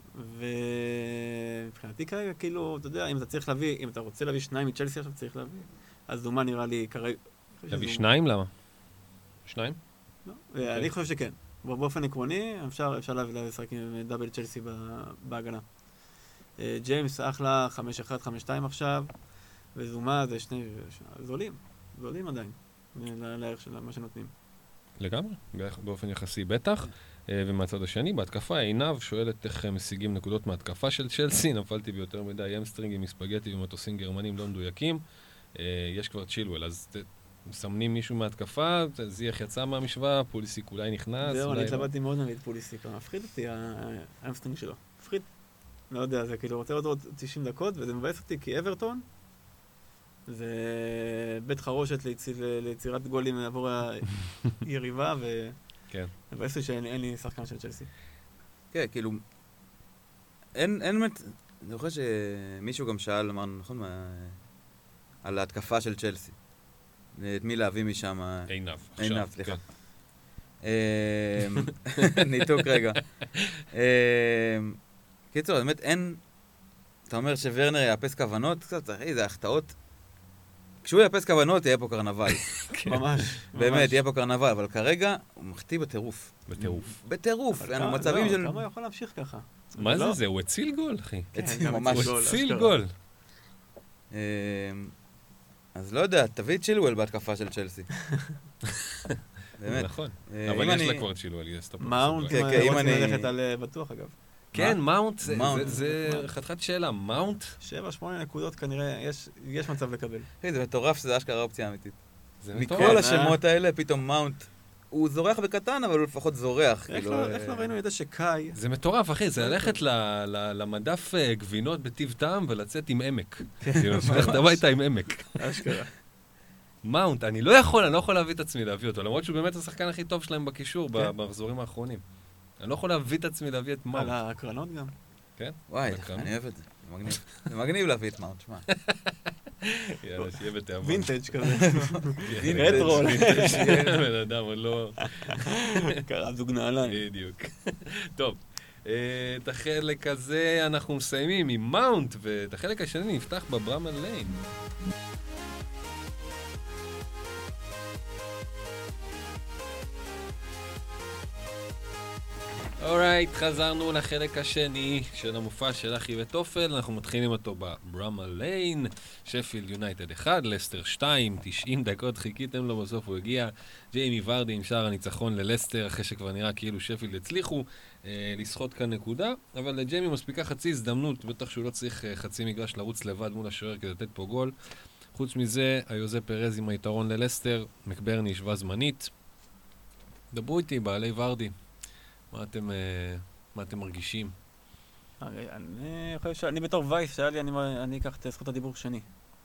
ומבחינתי כרגע כאילו, אתה יודע, אם אתה צריך להביא, אם אתה רוצה להביא שניים מצ'לסי עכשיו צריך להביא, אז זומה נראה לי כרגע... להביא שניים? למה? שניים? לא, אני חושב שכן. באופן עקרוני, אפשר לשחק עם דאבל צ'לסי בהגנה. ג'יימס אחלה, חמש אחת, חמש שתיים עכשיו, וזומה זה שני... זולים. זולים עדיין, לערך של מה שנותנים. לגמרי, באופן יחסי בטח. ומהצד השני, בהתקפה, עינב שואלת איך משיגים נקודות מהתקפה של צ'לסי, נפלתי ביותר מדי אמסטרינגים, מספגטי ומטוסים גרמנים לא מדויקים. יש כבר צ'ילואל, אז מסמנים מישהו מהתקפה, זיח יצא מהמשוואה, פוליסיק אולי נכנס. זהו, אני התלבטתי מאוד נגיד פוליסיק, מפחיד אותי האמסטרינג שלו. מפחיד. לא יודע, זה כאילו רוצה עוד תשעים דקות, וזה מבאס אותי כי אברטון זה בית חרושת ליצירת גולים עבור היריבה, ומבאס אותי שאין לי שחקן של צ'לסי. כן, כאילו, אין, אין, אני זוכר שמישהו גם שאל, אמרנו, נכון, על ההתקפה של צ'לסי. את מי להביא משם? עינב. עינב, סליחה. ניתוק רגע. קיצור, באמת אין, אתה אומר שוורנר יאפס כוונות, קצת, אחי, זה החטאות. כשהוא יאפס כוונות, יהיה פה קרנבל. ממש. באמת, יהיה פה קרנבל, אבל כרגע הוא מחטיא בטירוף. בטירוף. בטירוף, אנחנו מצבים של... כמה הוא יכול להמשיך ככה? מה זה זה? הוא הציל גול, אחי. ממש. הוא הציל גול. אז לא יודע, תביא את שילואל בהתקפה של צ'לסי. באמת. נכון. אבל יש לה כבר את שילואל. מאונט, רוצים ללכת על בטוח אגב. כן, מאונט, זה חתיכת שאלה. מאונט? שבע, שמונה נקודות כנראה, יש מצב לקבל. זה מטורף שזה אשכרה אופציה אמיתית. מכל השמות האלה, פתאום מאונט, הוא זורח בקטן, אבל הוא לפחות זורח. איך לא ראינו את זה שקאי? זה מטורף, אחי, זה ללכת למדף גבינות בטיב טעם ולצאת עם עמק. כאילו, ללכת הביתה עם עמק. אשכרה. מאונט, אני לא יכול, אני לא יכול להביא את עצמי להביא אותו, למרות שהוא באמת השחקן הכי טוב שלהם בקישור, במחזורים האחרונים. אני לא יכול להביא את עצמי להביא את מאונט. על הקרנות גם. כן? וואי, אני אוהב את זה. זה מגניב להביא את מאונט, שמע. יאללה, שיהיה בתיאבון. וינטג' כזה. רטרו. בן אדם, עוד לא... קרה זוג נעליים. בדיוק. טוב, את החלק הזה אנחנו מסיימים עם מאונט, ואת החלק השני נפתח בברמה ליין. אורייט, חזרנו לחלק השני של המופע של אחי וטופל, אנחנו מתחילים אותו בברמה ליין, שפילד יונייטד אחד, לסטר שתיים, תשעים דקות חיכיתם לו, בסוף הוא הגיע, ג'יימי ורדי עם שער הניצחון ללסטר, אחרי שכבר נראה כאילו שפילד הצליחו אה, לסחוט כאן נקודה, אבל לג'יימי מספיקה חצי הזדמנות, בטח שהוא לא צריך אה, חצי מגרש לרוץ לבד מול השוער כדי לתת פה גול. חוץ מזה, היוזה פרז עם היתרון ללסטר, מקברני ישבה זמנית. דברו איתי, בעלי ורדי. מה אתם, מה אתם מרגישים? אני חושב שאני בתור וייס, שהיה לי, אני אקח את זכות הדיבור שני.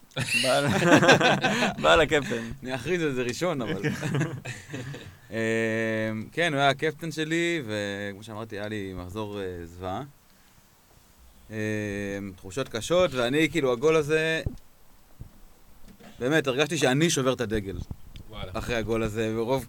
בעל הקפטן. אני אכריז על זה ראשון, אבל... כן, הוא היה הקפטן שלי, וכמו שאמרתי, היה לי מחזור זוועה. תחושות קשות, ואני, כאילו, הגול הזה... באמת, הרגשתי שאני שובר את הדגל. אחרי הגול הזה, ורוב...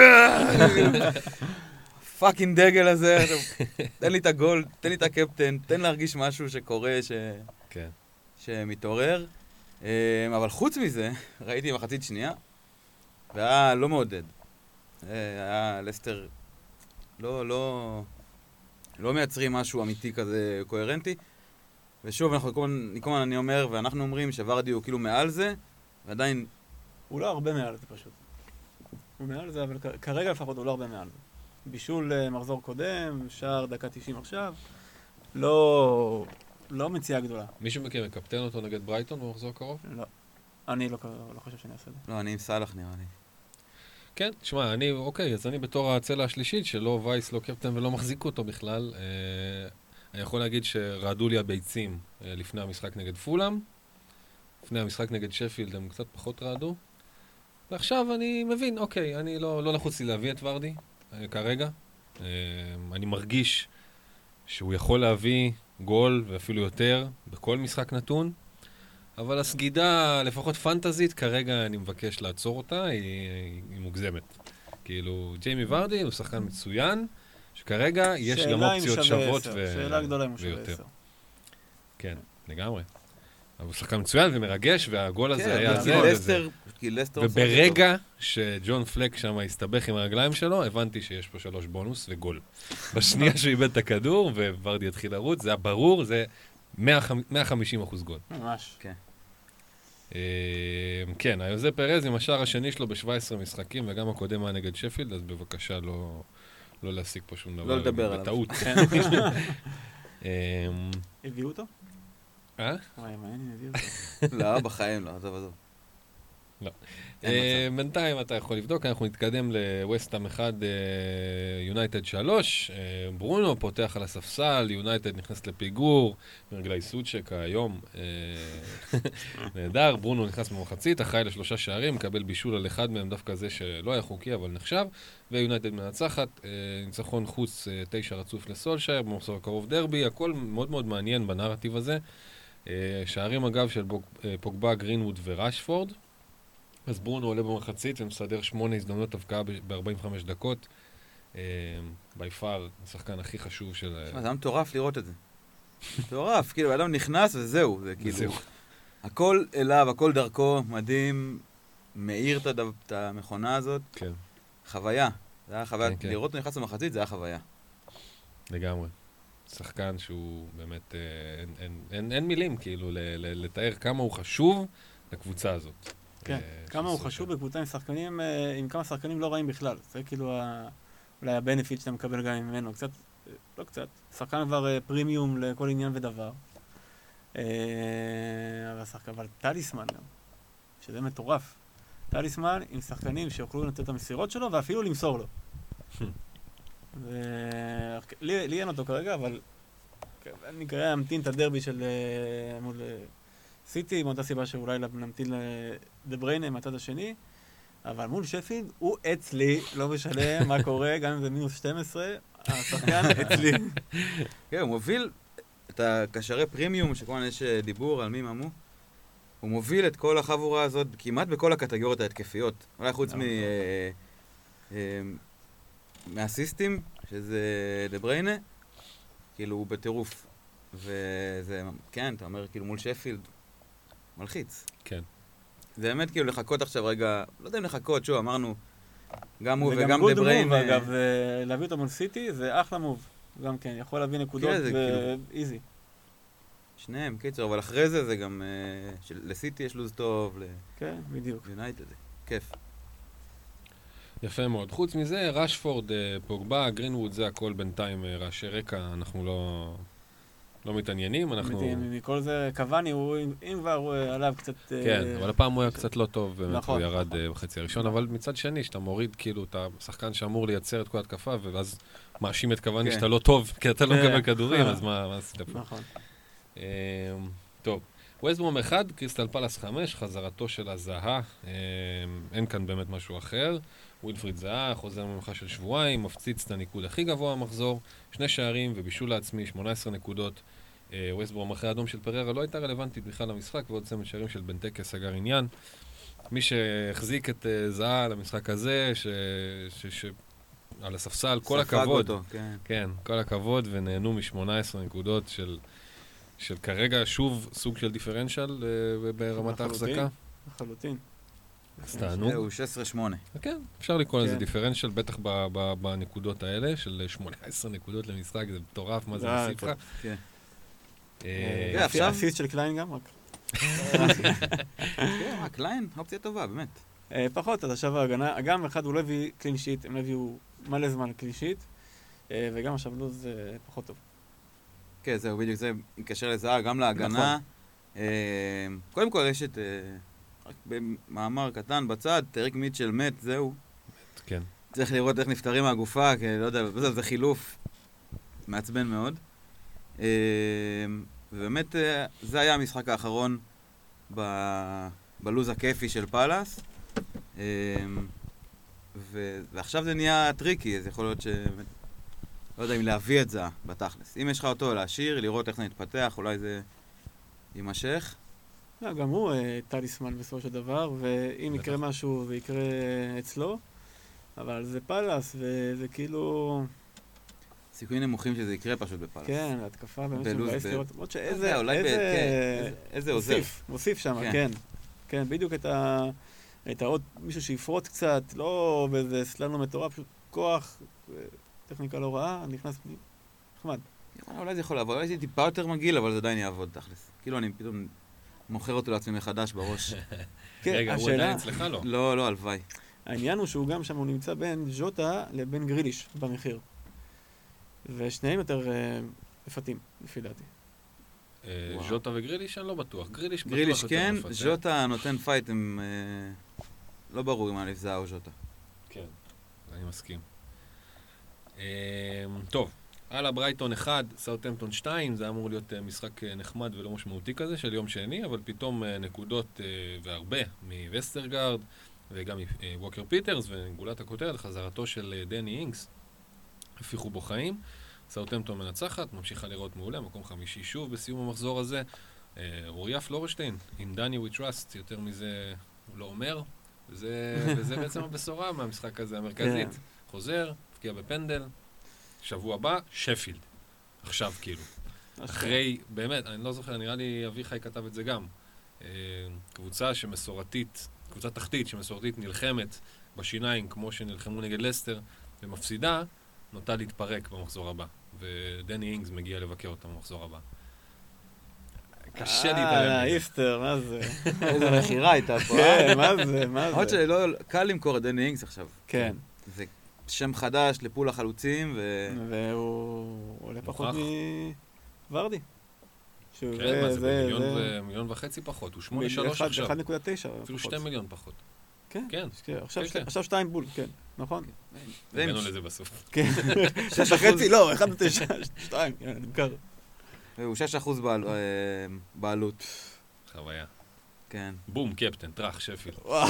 פאקינג דגל הזה, תן לי את הגול, תן לי את הקפטן, תן להרגיש משהו שקורה, ש... כן. שמתעורר. אבל חוץ מזה, ראיתי מחצית שנייה, והיה לא מעודד. היה לסטר, לא, לא, לא מייצרים משהו אמיתי כזה קוהרנטי. ושוב, אנחנו כל הזמן, אני אומר, ואנחנו אומרים שוורדי הוא כאילו מעל זה, ועדיין... הוא לא הרבה מעל זה פשוט. הוא מעל זה, אבל כרגע לפחות הוא לא הרבה מעל זה. בישול מחזור קודם, שער דקה תשעים עכשיו, לא, לא מציאה גדולה. מישהו מכם מקפטן אותו נגד ברייטון במחזור קרוב? לא. אני לא, לא חושב שאני אעשה את זה. לא, אני עם סלח נראה לי. כן, תשמע, אני, אוקיי, אז אני בתור הצלע השלישית, שלא וייס, לא קפטן ולא מחזיק אותו בכלל, אה, אני יכול להגיד שרעדו לי הביצים אה, לפני המשחק נגד פולאם, לפני המשחק נגד שפילד הם קצת פחות רעדו, ועכשיו אני מבין, אוקיי, אני לא, לא לחוץ לי להביא את ורדי, כרגע. אני מרגיש שהוא יכול להביא גול ואפילו יותר בכל משחק נתון, אבל הסגידה, לפחות פנטזית, כרגע אני מבקש לעצור אותה, היא, היא מוגזמת. כאילו, ג'יימי ורדי הוא שחקן מצוין, שכרגע יש גם אופציות שוות ו... שאלה גדולה אם הוא שווה עשר. כן, לגמרי. אבל הוא שחקן מצוין ומרגש, והגול הזה כן, היה זה. לסטר, כי לסטר וברגע שג'ון פלק שם הסתבך עם הרגליים שלו, הבנתי שיש פה שלוש בונוס וגול. בשנייה שהוא איבד את הכדור, וורדי התחיל לרוץ, זה היה ברור, זה מאה וחמישים אחוז גול. ממש. כן. כן, היוזה פרז עם השער השני שלו ב-שבעה עשר משחקים, וגם הקודם היה נגד שפילד, אז בבקשה לא להשיג פה שום דבר. לא לדבר עליו. בטעות. הביאו אותו? אה? וואי, מה אני הביאו אותו? לא, בחיים לא, עזוב, עזוב. לא. בינתיים אתה יכול לבדוק, אנחנו נתקדם לווסטהאם אחד, יונייטד שלוש, ברונו פותח על הספסל, יונייטד נכנס לפיגור, מרגלי סוצ'ק היום, נהדר, ברונו נכנס במחצית, אחראי לשלושה שערים, מקבל בישול על אחד מהם, דווקא זה שלא היה חוקי, אבל נחשב, ויונייטד מנצחת, ניצחון חוץ תשע רצוף לסולשייר, במחזור הקרוב דרבי, הכל מאוד מאוד מעניין בנרטיב הזה, שערים אגב של פוגבה, גרינווד ורשפורד, אז ברונו עולה במחצית ומסדר שמונה הזדמנות הבקעה ב-ארבעים וחמש דקות. ביפר, השחקן הכי חשוב של... זה היה מטורף לראות את זה. מטורף, כאילו, האדם נכנס וזהו, זה כאילו... הכל אליו, הכל דרכו, מדהים, מאיר את המכונה הזאת. כן. חוויה. זה היה חוויה, לראות אותו נכנס למחצית, זה היה חוויה. לגמרי. שחקן שהוא באמת, אין מילים, כאילו, לתאר כמה הוא חשוב לקבוצה הזאת. כן, כמה הוא חשוב בקבוצה עם שחקנים, עם כמה שחקנים לא רעים בכלל. זה כאילו אולי הבנפיט שאתה מקבל גם ממנו. קצת, לא קצת, שחקן כבר פרימיום לכל עניין ודבר. אבל שחקן, אבל טליסמן גם, שזה מטורף. טליסמן עם שחקנים שיוכלו לתת את המסירות שלו ואפילו למסור לו. לי אין אותו כרגע, אבל אני כרגע אמתין את הדרבי של מול סיטי, מאותה סיבה שאולי נמתין לדה בריינה מהצד השני, אבל מול שפילד הוא אצלי, לא משנה מה קורה, גם אם זה מינוס שתים עשרה, השחקן אצלי. כן, הוא מוביל את הקשרי פרימיום, שכל יש דיבור על מי מאמו, הוא מוביל את כל החבורה הזאת כמעט בכל הקטגוריות ההתקפיות. אולי חוץ מ... מאסיסטים, שזה דה בריינה, כאילו הוא בטירוף. וזה, כן, אתה אומר, כאילו מול שפילד, מלחיץ. כן. זה באמת כאילו לחכות עכשיו רגע, לא יודע אם לחכות, שוב, אמרנו, גם הוא וגם דה בריינה. וגם גוד מוב, אגב, להביא אותו מול סיטי, זה אחלה מוב. גם כן, יכול להביא נקודות ואיזי. שניהם, קיצר, אבל אחרי זה זה גם, לסיטי יש לוז טוב, כן, בדיוק. ליונייטד, כיף. יפה מאוד. חוץ מזה, רשפורד, פוגבה, גרינווד, זה הכל בינתיים רעשי רקע, אנחנו לא, לא מתעניינים, אנחנו... מכל זה, קוואני, אם כבר הוא עליו קצת... כן, אבל הפעם הוא היה קצת לא טוב, באמת הוא ירד בחצי הראשון, אבל מצד שני, שאתה מוריד כאילו את השחקן שאמור לייצר את כל התקפה, ואז מאשים את קוואני שאתה לא טוב, כי אתה לא מקבל כדורים, אז מה עשית פה? נכון. טוב. ווסט ברום אחד, קריסטל פלאס חמש, חזרתו של הזהה, אין כאן באמת משהו אחר. ווילפריד זהה, חוזר ממחה של שבועיים, מפציץ את הניקוד הכי גבוה המחזור, שני שערים ובישול לעצמי, שמונה עשרה נקודות. ווסט ברום אחרי האדום של פררה לא הייתה רלוונטית בכלל למשחק, ועוד צמד שערים של בנטקה סגר עניין. מי שהחזיק את זהה למשחק הזה, ש... ש... ש... על הספסל, כל הכבוד. אותו, כן. כן, כל הכבוד, ונהנו מ-שמונה עשרה נקודות של... של כרגע שוב סוג של דיפרנציאל ברמת ההחזקה. לחלוטין. אז תענוג. הוא שש עשרה שמונה. כן, אפשר לקרוא לזה דיפרנציאל, בטח בנקודות האלה, של שמונה עשרה נקודות למשחק, זה מטורף, מה זה מוסיף לך. כן. עכשיו... הסיסט של קליין גם, רק. כן, קליין, אופציה טובה, באמת. פחות, אז עכשיו ההגנה, גם אחד הוא לא הביא קלין שיט, הם הביאו מלא זמן קלין שיט, וגם עכשיו לא זה פחות טוב. כן, זהו, בדיוק זה מתקשר לזהה, גם להגנה. קודם כל יש את, רק במאמר קטן בצד, טריק מיטשל מת, זהו. כן. צריך לראות איך נפטרים מהגופה, כי לא יודע, זה חילוף מעצבן מאוד. ובאמת, זה היה המשחק האחרון בלוז הכיפי של פלאס. ועכשיו זה נהיה טריקי, אז יכול להיות ש... לא יודע אם להביא את זה בתכלס. אם יש לך אותו להשאיר, לראות איך זה מתפתח, אולי זה יימשך. גם הוא טליסמן בסופו של דבר, ואם יקרה משהו זה יקרה אצלו, אבל זה פלאס, וזה כאילו... סיכויים נמוכים שזה יקרה פשוט בפלאס. כן, התקפה באמת שבאס לראות. למרות שאיזה... איזה עוזר. מוסיף שם, כן. כן, בדיוק את העוד מישהו שיפרוט קצת, לא באיזה סללום מטורף, פשוט כוח... טכניקה לא רעה, נכנס פנים. נחמד. אולי זה יכול לעבוד, אולי זה טיפה יותר מגעיל, אבל זה עדיין יעבוד תכלס. כאילו אני פתאום מוכר אותו לעצמי מחדש בראש. רגע, הוא עדיין אצלך לא? לא, לא, הלוואי. העניין הוא שהוא גם שם, הוא נמצא בין ז'וטה לבין גריליש במחיר. ושניהם יותר מפתים, לפי דעתי. ז'וטה וגריליש אני לא בטוח. גריליש בטוח גריליש כן, ז'וטה נותן פייט, הם לא ברור אם אני זהה או ז'וטה. כן, אני מסכים. טוב, הלאה ברייטון אחד, סאות'המפטון שתיים, זה אמור להיות משחק נחמד ולא משמעותי כזה של יום שני, אבל פתאום נקודות והרבה מווסטרגארד וגם מווקר פיטרס, וגולת הכותרת, חזרתו של דני אינגס, הפיחו בו חיים. סאות'המפטון מנצחת, ממשיכה לראות מעולה, מקום חמישי שוב בסיום המחזור הזה. אוריה פלורשטיין, עם דני we trust, יותר מזה הוא לא אומר, וזה, וזה בעצם הבשורה מהמשחק הזה המרכזית. חוזר, תפקיע בפנדל, שבוע הבא, שפילד. עכשיו כאילו. אחרי, באמת, אני לא זוכר, נראה לי אביחי כתב את זה גם. קבוצה שמסורתית, קבוצה תחתית שמסורתית נלחמת בשיניים כמו שנלחמו נגד לסטר ומפסידה, נוטה להתפרק במחזור הבא. ודני אינגס מגיע לבקר אותם במחזור הבא. קשה להתעלם. אה, איסטר, מה זה? איזה מחירה הייתה פה. כן, מה זה, מה זה? עוד שלא, קל למכור את דני אינגס עכשיו. כן. זה שם חדש לפול החלוצים, ו... והוא עולה פחות מוורדי. כן, מה זה, במיליון וחצי פחות, הוא שמונה שלוש עכשיו. אחד נקודה תשע. אפילו שתי מיליון פחות. כן, כן. עכשיו שתיים בול, כן, נכון? הבאנו לזה בסוף. כן, שש וחצי, לא, אחד נקודה תשע, שתיים, נמכר. והוא שש אחוז בעלות. חוויה. כן. בום, קפטן, טרח, שפיל.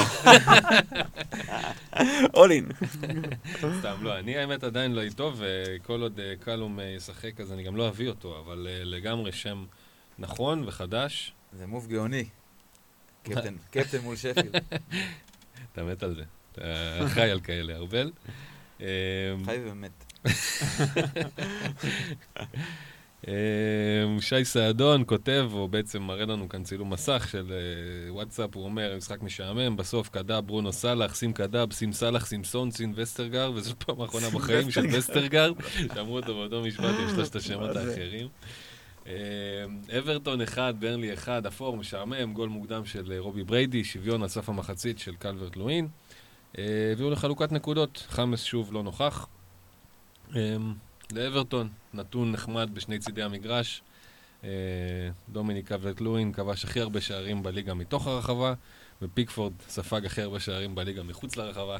אולין. סתם, לא, אני האמת עדיין לא איתו, וכל עוד קלום ישחק, אז אני גם לא אביא אותו, אבל לגמרי שם נכון וחדש. זה מוב גאוני. קפטן, קפטן מול שפיל. אתה מת על זה. אתה חי על כאלה, ארבל. חי ומת. שי סעדון כותב, או בעצם מראה לנו כאן צילום מסך של וואטסאפ, הוא אומר, משחק משעמם, בסוף קדאב, ברונו סלח, שים קדאב, שים סלח, סימסון, סין וסטרגר, וזו פעם האחרונה בחיים של וסטרגר, שאמרו אותו באותו משפט עם שלושת השמות האחרים. אברטון אחד, ברנלי אחד, אפור, משעמם, גול מוקדם של רובי בריידי, שוויון על סף המחצית של קלברט לואין, הביאו לחלוקת נקודות, חמאס שוב לא נוכח. לאברטון, נתון נחמד בשני צידי המגרש. דומיניק קלברט-לואין כבש הכי הרבה שערים בליגה מתוך הרחבה, ופיקפורד ספג הכי הרבה שערים בליגה מחוץ לרחבה.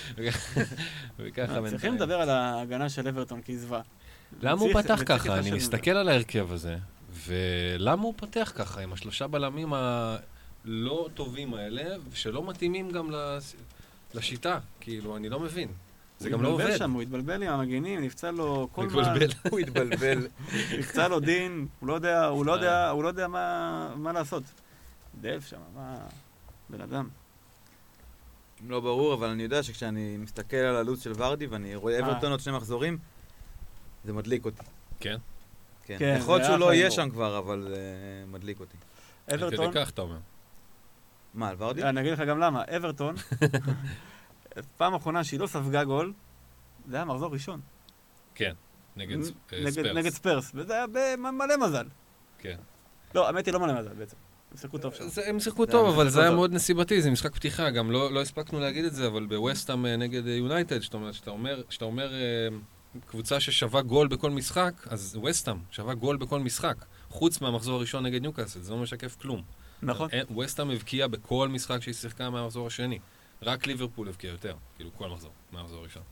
צריכים לדבר על ההגנה של אברטון כעזבה. למה הוא פתח ככה? אני מסתכל על ההרכב הזה, ולמה הוא פתח ככה עם השלושה בלמים הלא טובים האלה, שלא מתאימים גם לשיטה? כאילו, אני לא מבין. זה גם לא עובד. שם, הוא התבלבל עם המגנים, נפצע לו כל מה... הוא התבלבל. נפצע לו דין, הוא לא יודע, הוא לא יודע, הוא לא יודע מה לעשות. דלף שם, מה... בן אדם. לא ברור, אבל אני יודע שכשאני מסתכל על הלו"ז של ורדי, ואני רואה אברטון עוד שני מחזורים, זה מדליק אותי. כן? כן. יכול להיות שהוא לא יהיה שם כבר, אבל זה מדליק אותי. אברטון... כדי כך, אתה אומר. מה, על ורדי? אני אגיד לך גם למה. אברטון... פעם האחרונה שהיא לא ספגה גול, זה היה מחזור ראשון. כן, נגד ספרס. נגד ספרס, וזה היה במלא מזל. כן. לא, האמת היא לא מלא מזל בעצם. הם שיחקו טוב שם. הם שיחקו טוב, אבל זה היה מאוד נסיבתי, זה משחק פתיחה, גם לא הספקנו להגיד את זה, אבל בווסטהאם נגד יונייטד, שאתה אומר קבוצה ששווה גול בכל משחק, אז ווסטהאם שווה גול בכל משחק, חוץ מהמחזור הראשון נגד ניוקאסל, זה לא משקף כלום. נכון. ווסטהאם הבקיעה בכל משחק שהיא שיחקה מהמחזור השני. רק ליברפול הבקיע יותר, כאילו כל מחזור, מהמחזור הראשון.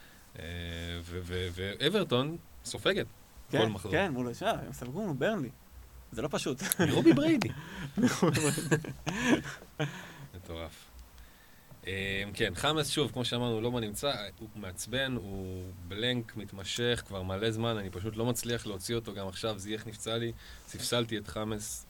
ואברטון סופגת כל מחזור. כן, מול השאר, הם ספגו מול ברנלי. זה לא פשוט. רובי בריידי. מטורף. כן, חמאס שוב, כמו שאמרנו, לא מה נמצא, הוא מעצבן, הוא בלנק, מתמשך, כבר מלא זמן, אני פשוט לא מצליח להוציא אותו, גם עכשיו זייך נפצע לי, ספסלתי את חמאס,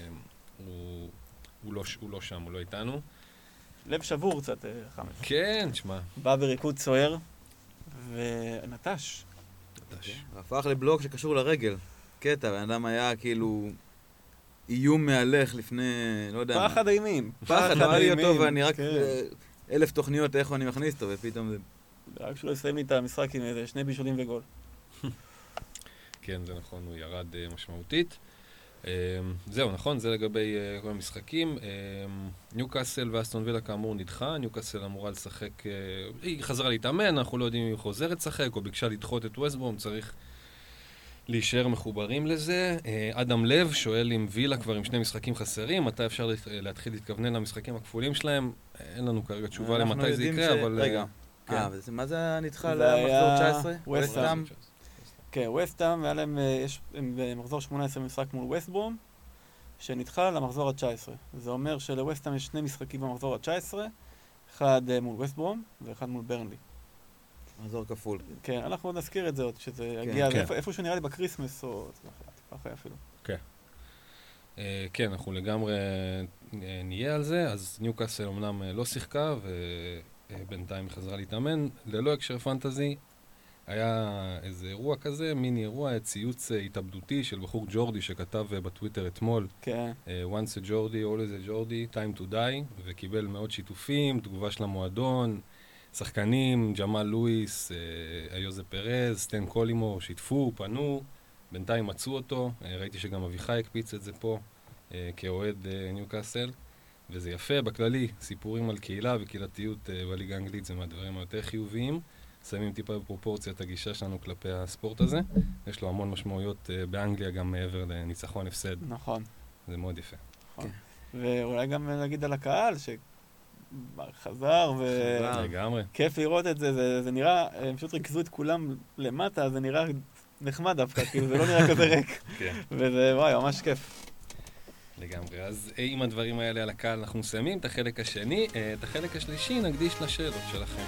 הוא לא שם, הוא לא איתנו. לב שבור קצת, חמאס. כן, תשמע. בא בריקוד סוער, ונטש. נטש. הפך לבלוק שקשור לרגל. קטע, האדם היה כאילו איום מהלך לפני, לא יודע מה. פחד אימים. פחד, אמר לי אותו, ואני רק אלף תוכניות איך אני מכניס אותו, ופתאום זה... רק שלא יסיים לי את המשחק עם איזה שני בישולים וגול. כן, זה נכון, הוא ירד משמעותית. זהו, נכון, זה לגבי כל המשחקים. ניוקאסל ואסטון וילה כאמור נדחה, ניוקאסל אמורה לשחק, היא חזרה להתאמן, אנחנו לא יודעים אם היא חוזרת לשחק, או ביקשה לדחות את ווסטברום, צריך להישאר מחוברים לזה. אדם לב שואל אם וילה כבר עם שני משחקים חסרים, מתי אפשר להתחיל להתכוונן למשחקים הכפולים שלהם? אין לנו כרגע תשובה למתי זה יקרה, אבל... רגע, מה זה נדחה למחזור תשע עשרה? ווסטהאם. כן, ווסטהאם, והיה להם, יש במחזור שמונה עשרה משחק מול ווסטברום, שנדחה למחזור ה-תשע עשרה. זה אומר שלווסטהאם יש שני משחקים במחזור ה-תשע עשרה, אחד מול ווסטברום ואחד מול ברנלי. מחזור כפול. כן, אנחנו עוד נזכיר את זה עוד, שזה יגיע איפה שנראה לי בקריסמס, או טיפה אחרי אפילו. כן. כן, אנחנו לגמרי נהיה על זה, אז ניוקאסל אמנם לא שיחקה, ובינתיים היא חזרה להתאמן, ללא הקשר פנטזי, היה איזה אירוע כזה, מיני אירוע, ציוץ התאבדותי של בחור ג'ורדי שכתב בטוויטר אתמול, כן. once a Jordi, always a Jordi, time to die, וקיבל מאות שיתופים, תגובה של המועדון, שחקנים, ג'מאל לואיס, איוזה פרז, סטן קולימור, שיתפו, פנו, בינתיים מצאו אותו, ראיתי שגם אביחי הקפיץ את זה פה, כאוהד ניוקאסל, וזה יפה, בכללי, סיפורים על קהילה וקהילתיות בליגה האנגלית, זה מהדברים היותר חיוביים, שמים טיפה בפרופורציה את הגישה שלנו כלפי הספורט הזה, יש לו המון משמעויות באנגליה גם מעבר לניצחון הפסד. נכון. זה מאוד יפה. נכון. ואולי גם להגיד על הקהל, שחזר וכיף לראות את זה, זה, זה נראה, הם פשוט ריכזו את כולם למטה, זה נראה נחמד דווקא, כאילו זה לא נראה כזה ריק, וזה וואי, ממש כיף. לגמרי. אז עם הדברים האלה על הקהל אנחנו מסיימים את החלק השני, את החלק השלישי נקדיש לשאלות שלכם.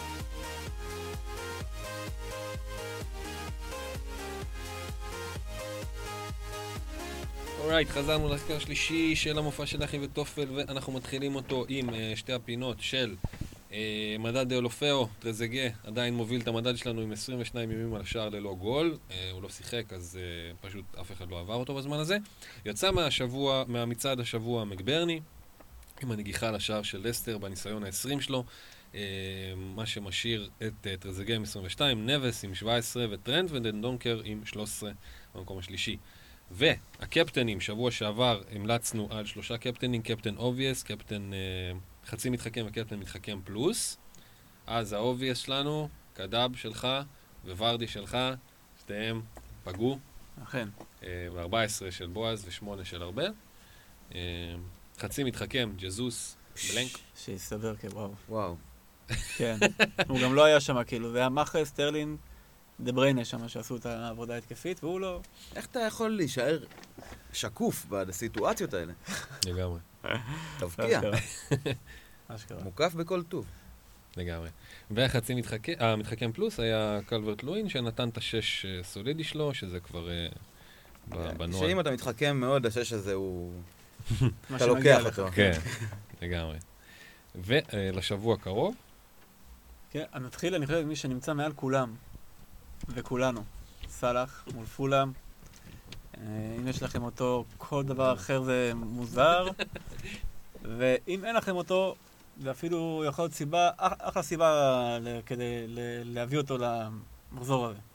אורייט, חזרנו לחלק השלישי של המופע של אחי וטופל, ואנחנו מתחילים אותו עם uh, שתי הפינות של uh, מדד דאולופאו, טרזגה, עדיין מוביל את המדד שלנו עם עשרים ושניים ימים על השער ללא גול, uh, הוא לא שיחק, אז uh, פשוט אף אחד לא עבר אותו בזמן הזה. יצא מהשבוע, מהמצעד השבוע מקברני, עם הנגיחה לשער של לסטר בניסיון ה-עשרים שלו, uh, מה שמשאיר את uh, טרזגה עם עשרים ושתיים, נבס עם שבע עשרה וטרנט ודנדונקר עם שלוש עשרה במקום השלישי. והקפטנים, שבוע שעבר המלצנו על שלושה קפטנים, קפטן אובייס, קפטן אה, חצי מתחכם וקפטן מתחכם פלוס. אז האובייס שלנו, קדאב שלך וורדי שלך, שתיהם פגעו. אכן. אה, ו-ארבע עשרה של בועז ו-שמונה של ארבל. אה, חצי מתחכם, ג'זוס, בלנק. שיסתבר כוואו. וואו. כן. הוא גם לא היה שם, כאילו, זה היה מאחר, סטרלין, דה בריינה שם שעשו את העבודה התקפית, והוא לא... איך אתה יכול להישאר שקוף בסיטואציות האלה? לגמרי. תבקיע. אשכרה. מוקף בכל טוב. לגמרי. והחצי מתחכם, המתחכם פלוס היה קלברט לואין, שנתן את השש סולידי שלו, שזה כבר בנועד. שאם אתה מתחכם מאוד, השש הזה הוא... אתה לוקח אותו. כן, לגמרי. ולשבוע קרוב? כן, נתחיל, אני חושב, מי שנמצא מעל כולם. וכולנו, סלאח מול פולאם. אם יש לכם אותו, כל דבר אחר זה מוזר. ואם אין לכם אותו, זה אפילו יכול להיות סיבה, אחלה סיבה כדי להביא אותו למחזור הזה.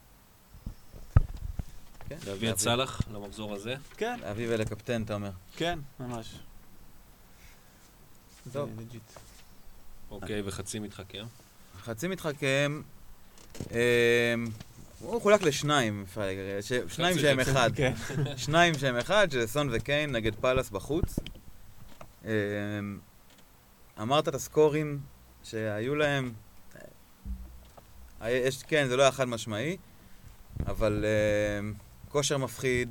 להביא את סלאח למחזור הזה? כן. להביא ולקפטן, אתה אומר. כן, ממש. טוב. אוקיי, וחצי מתחכם? חצי מתחכם... הוא חולק לשניים, שניים שהם אחד. שניים שהם אחד, שזה סון וקיין נגד פלאס בחוץ. אמרת את הסקורים שהיו להם, כן, זה לא היה חד משמעי, אבל כושר מפחיד.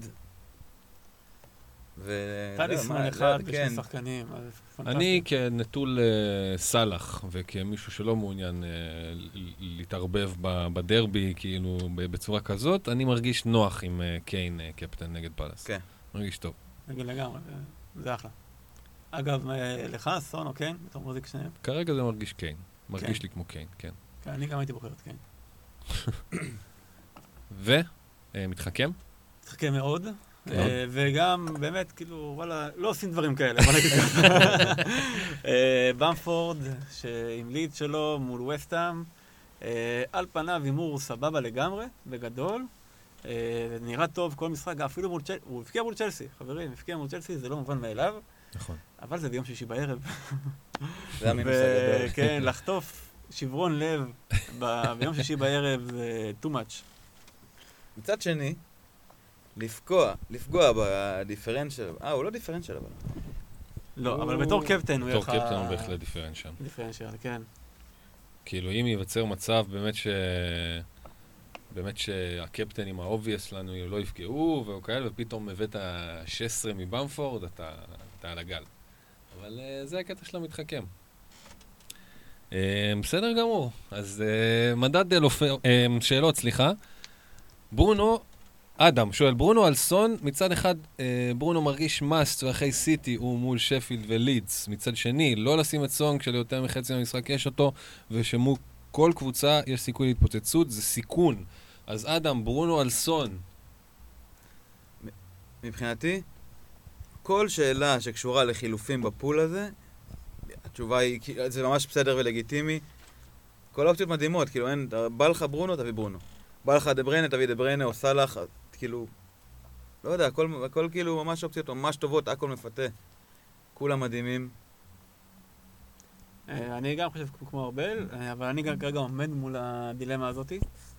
טליסמן אחד בשני שחקנים. אני כנטול סלאח וכמישהו שלא מעוניין להתערבב בדרבי כאילו בצורה כזאת, אני מרגיש נוח עם קיין קפטן נגד פלאס. כן. מרגיש טוב. נגיד לגמרי, זה אחלה. אגב, לך, סון או קיין? אתה מחזיק שניהם? כרגע זה מרגיש קיין. מרגיש לי כמו קיין, כן. כן, אני גם הייתי בוחר את קיין. ומתחכם? מתחכם מאוד. וגם באמת, כאילו, וואלה, לא עושים דברים כאלה, בוא נגיד ככה. במפורד, עם ליד שלו מול וסטהאם, על פניו הימור סבבה לגמרי, בגדול. נראה טוב כל משחק, אפילו מול צ'לסי, הוא הפקיע מול צ'לסי, חברים, הפקיע מול צ'לסי, זה לא מובן מאליו. נכון. אבל זה ביום שישי בערב. זה המינוס הגדול. כן, לחטוף שברון לב ביום שישי בערב זה too much. מצד שני, לפגוע, לפגוע בדיפרנציאל, אה, הוא לא דיפרנציאל אבל. לא, אבל בתור קפטן הוא בתור יחד... קפטן הוא בהחלט דיפרנציאל. דיפרנציאל, כן. כאילו, אם ייווצר מצב באמת ש... באמת שהקפטנים האובייס לנו לא יפגעו וכאלה, ופתאום הבאת שש עשרה מבמפורד, אתה, אתה על הגל. אבל זה הקטע של המתחכם. בסדר גמור. אז מדד דאולופאו, שאלות, סליחה. ברונו, אדם, שואל, ברונו על סון, מצד אחד ברונו מרגיש מאסט ואחרי סיטי הוא מול שפילד ולידס. מצד שני, לא לשים את סון כשליותר מחצי מהמשחק יש אותו, ושמו כל קבוצה יש סיכוי להתפוצצות, זה סיכון. אז אדם, ברונו על סון. מבחינתי, כל שאלה שקשורה לחילופים בפול הזה, התשובה היא, זה ממש בסדר ולגיטימי. כל האופציות מדהימות, כאילו אין, בא לך ברונו, תביא ברונו. בא לך דבריינה, תביא דבריינה, או סלאח, כאילו, לא יודע, הכל, הכל כאילו ממש אופציות ממש טובות, הכל מפתה. כולם מדהימים. אני גם חושב כמו ארבל, אבל אני גם כרגע עומד מול הדילמה הזאת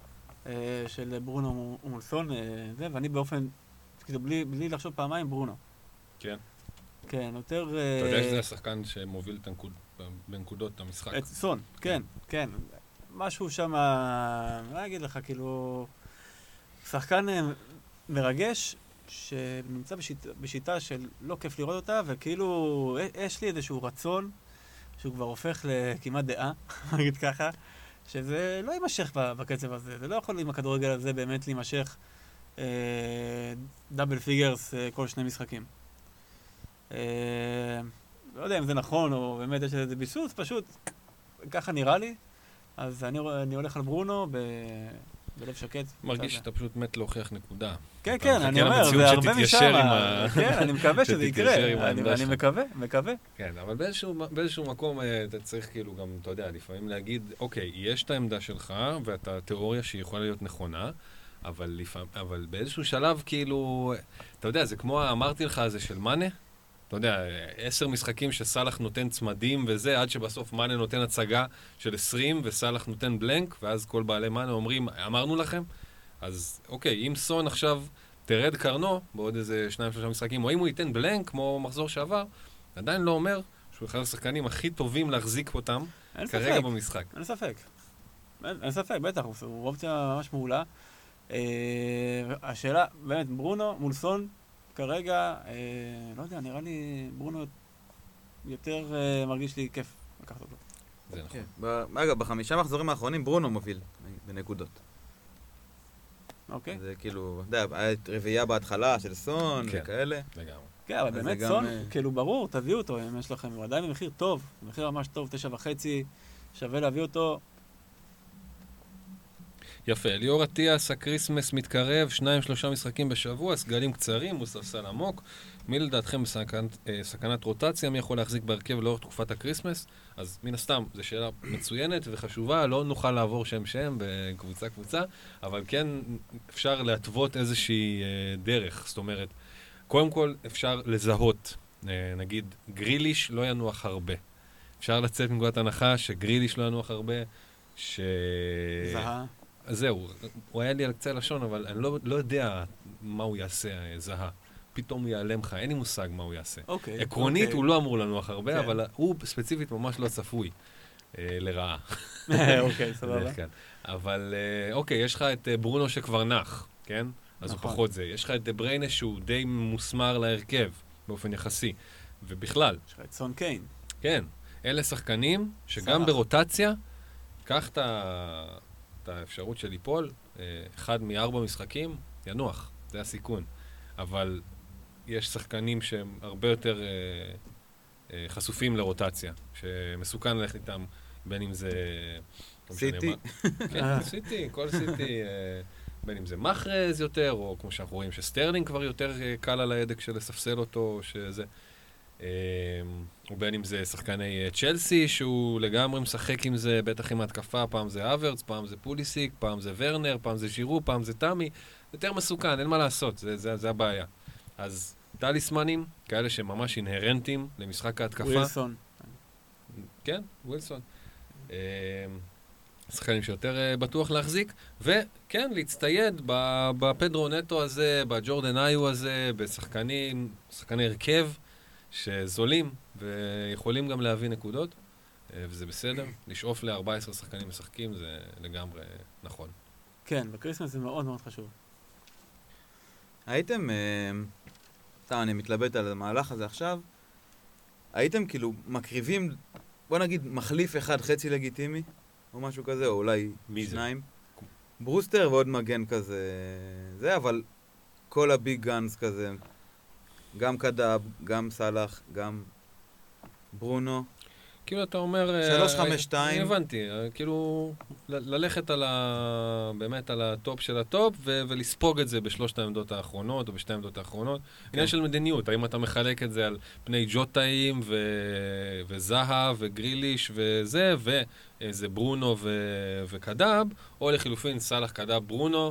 של ברונו מול סון, ואני באופן, כאילו בלי, בלי לחשוב פעמיים, ברונו. כן. כן, יותר... אתה יודע שזה השחקן שמוביל בנקודות את המשחק. את סון, כן, כן. משהו שם, מה אגיד לך, כאילו... שחקן מרגש שנמצא בשיטה, בשיטה של לא כיף לראות אותה, וכאילו יש לי איזשהו רצון שהוא כבר הופך לכמעט דעה, נגיד ככה, שזה לא יימשך בקצב הזה. זה לא יכול עם הכדורגל הזה באמת להימשך אה, דאבל פיגרס אה, כל שני משחקים. אה, לא יודע אם זה נכון או באמת יש איזה ביסוס, פשוט ככה נראה לי. אז אני, אני הולך על ברונו ב... בלב שקט. מרגיש שאתה פשוט מת להוכיח נקודה. כן, כן, אני אומר, זה הרבה משם. כן, אני מקווה שזה יקרה. אני מקווה, מקווה. כן, אבל באיזשהו מקום אתה צריך כאילו גם, אתה יודע, לפעמים להגיד, אוקיי, יש את העמדה שלך, ואתה תיאוריה שהיא יכולה להיות נכונה, אבל אבל באיזשהו שלב כאילו, אתה יודע, זה כמו אמרתי לך הזה של מנה, אתה יודע, עשר משחקים שסלח נותן צמדים וזה, עד שבסוף מנה נותן הצגה של עשרים, וסלח נותן בלנק, ואז כל בעלי מנה אומרים, אמרנו לכם? אז אוקיי, אם סון עכשיו תרד קרנו, בעוד איזה שניים שלושה משחקים, או אם הוא ייתן בלנק, כמו מחזור שעבר, עדיין לא אומר שהוא אחד השחקנים הכי טובים להחזיק אותם כרגע ספק. במשחק. אין ספק. אין, אין ספק, בטח, הוא אופציה ממש מעולה. אה, השאלה, באמת, ברונו מול סון, כרגע, אה, לא יודע, נראה לי ברונו יותר אה, מרגיש לי כיף לקחת אותו. זה נכון. כן. אגב, בחמישה מחזורים האחרונים ברונו מוביל בנקודות. אוקיי. זה כאילו, אתה יודע, היה רביעייה בהתחלה של סון כן. וכאלה. לגמרי. כן, אבל באמת סון, כאילו ברור, תביאו אותו אם יש לכם, הוא עדיין במחיר טוב, במחיר ממש טוב, תשע וחצי, שווה להביא אותו. יפה, ליאור אטיאס, הקריסמס מתקרב, שניים שלושה משחקים בשבוע, סגלים קצרים, הוא ספסל עמוק. מי לדעתכם בסכנת, סכנת רוטציה, מי יכול להחזיק בהרכב לאורך תקופת הקריסמס? אז מן הסתם, זו שאלה מצוינת וחשובה, לא נוכל לעבור שם שם בקבוצה קבוצה, אבל כן אפשר להתוות איזושהי דרך, זאת אומרת, קודם כל אפשר לזהות, נגיד גריליש לא ינוח הרבה. אפשר לצאת מנקודת הנחה שגריליש לא ינוח הרבה, ש... זהה. אז זהו, הוא היה לי על קצה לשון, אבל אני לא, לא יודע מה הוא יעשה, זהה. פתאום הוא יעלם לך, אין לי מושג מה הוא יעשה. אוקיי. עקרונית אוקיי. הוא לא אמור לנוח הרבה, כן. אבל הוא ספציפית ממש לא צפוי אה, לרעה. אוקיי, סבבה. אבל אה, אוקיי, יש לך את אה, ברונו שכבר נח, כן? אז נכון. הוא פחות זה. יש לך את דבריינה שהוא די מוסמר להרכב, באופן יחסי. ובכלל. יש לך את סון קיין. כן. אלה שחקנים שגם סלח. ברוטציה, קח את ה... האפשרות של ליפול, אחד מארבע משחקים, ינוח, זה הסיכון. אבל יש שחקנים שהם הרבה יותר אה, אה, חשופים לרוטציה, שמסוכן ללכת איתם, בין אם זה... סיטי. כן, סיטי, כל סיטי, אה, בין אם זה מחרז יותר, או כמו שאנחנו רואים שסטרלינג כבר יותר אה, קל על הידק של לספסל אותו, שזה... ובין אם זה שחקני צ'לסי, שהוא לגמרי משחק עם זה, בטח עם ההתקפה, פעם זה אברץ, פעם זה פוליסיק, פעם זה ורנר, פעם זה שירו, פעם זה תמי, יותר מסוכן, אין מה לעשות, זה, זה, זה הבעיה. אז טליסמנים, כאלה שממש אינהרנטים למשחק ההתקפה. ווילסון. כן, ווילסון. שחקנים שיותר בטוח להחזיק, וכן, להצטייד בפדרו נטו הזה, בג'ורדן איו הזה, בשחקנים, שחקני הרכב, שזולים ויכולים גם להביא נקודות, וזה בסדר. לשאוף ל-ארבעה עשר שחקנים משחקים זה לגמרי נכון. כן, בקריסמס זה מאוד מאוד חשוב. הייתם, סתם אני מתלבט על המהלך הזה עכשיו, הייתם כאילו מקריבים, בוא נגיד מחליף אחד חצי לגיטימי, או משהו כזה, או אולי שניים. ברוסטר ועוד מגן כזה, זה, אבל כל הביג גאנס כזה, גם קדאב, גם סלאח, גם ברונו. כאילו אתה אומר... שלוש חמש שתיים. הבנתי, כאילו ללכת על ה... באמת על הטופ של הטופ, ו- ולספוג את זה בשלושת העמדות האחרונות, או בשתי העמדות האחרונות. עניין של מדיניות, האם אתה מחלק את זה על פני ג'וטאים, ו- וזהה, וגריליש, וזה, וזה ברונו ו- וקדאב, או לחילופין סלח קדאב ברונו,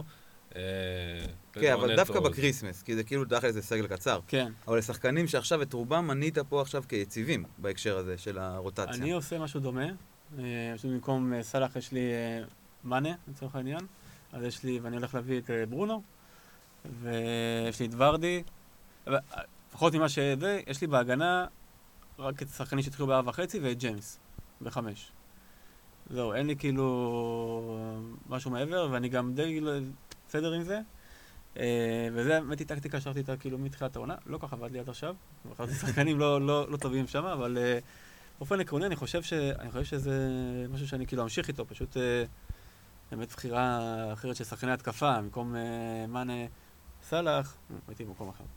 כן, אבל דווקא בקריסמס, כי זה כאילו דווקא איזה סגל קצר. כן. אבל לשחקנים שעכשיו את רובם מנית פה עכשיו כיציבים בהקשר הזה של הרוטציה. אני עושה משהו דומה. פשוט במקום סלח יש לי מנה, לצורך העניין. אז יש לי, ואני הולך להביא את ברונו, ויש לי את ורדי. לפחות ממה שזה, יש לי בהגנה רק את השחקנים שהתחילו בארבע וחצי ואת ג'יימס, בחמש. זהו, אין לי כאילו משהו מעבר, ואני גם די בסדר עם זה. וזה באמת היא טקטיקה שהלכתי איתה כאילו מתחילת העונה, לא ככה עבד לי עד עכשיו, בחרתי שחקנים לא טובים שם, אבל באופן עקרוני אני חושב שזה משהו שאני כאילו אמשיך איתו, פשוט באמת בחירה אחרת של שחקני התקפה, במקום מאנה סלח, הייתי במקום אחר.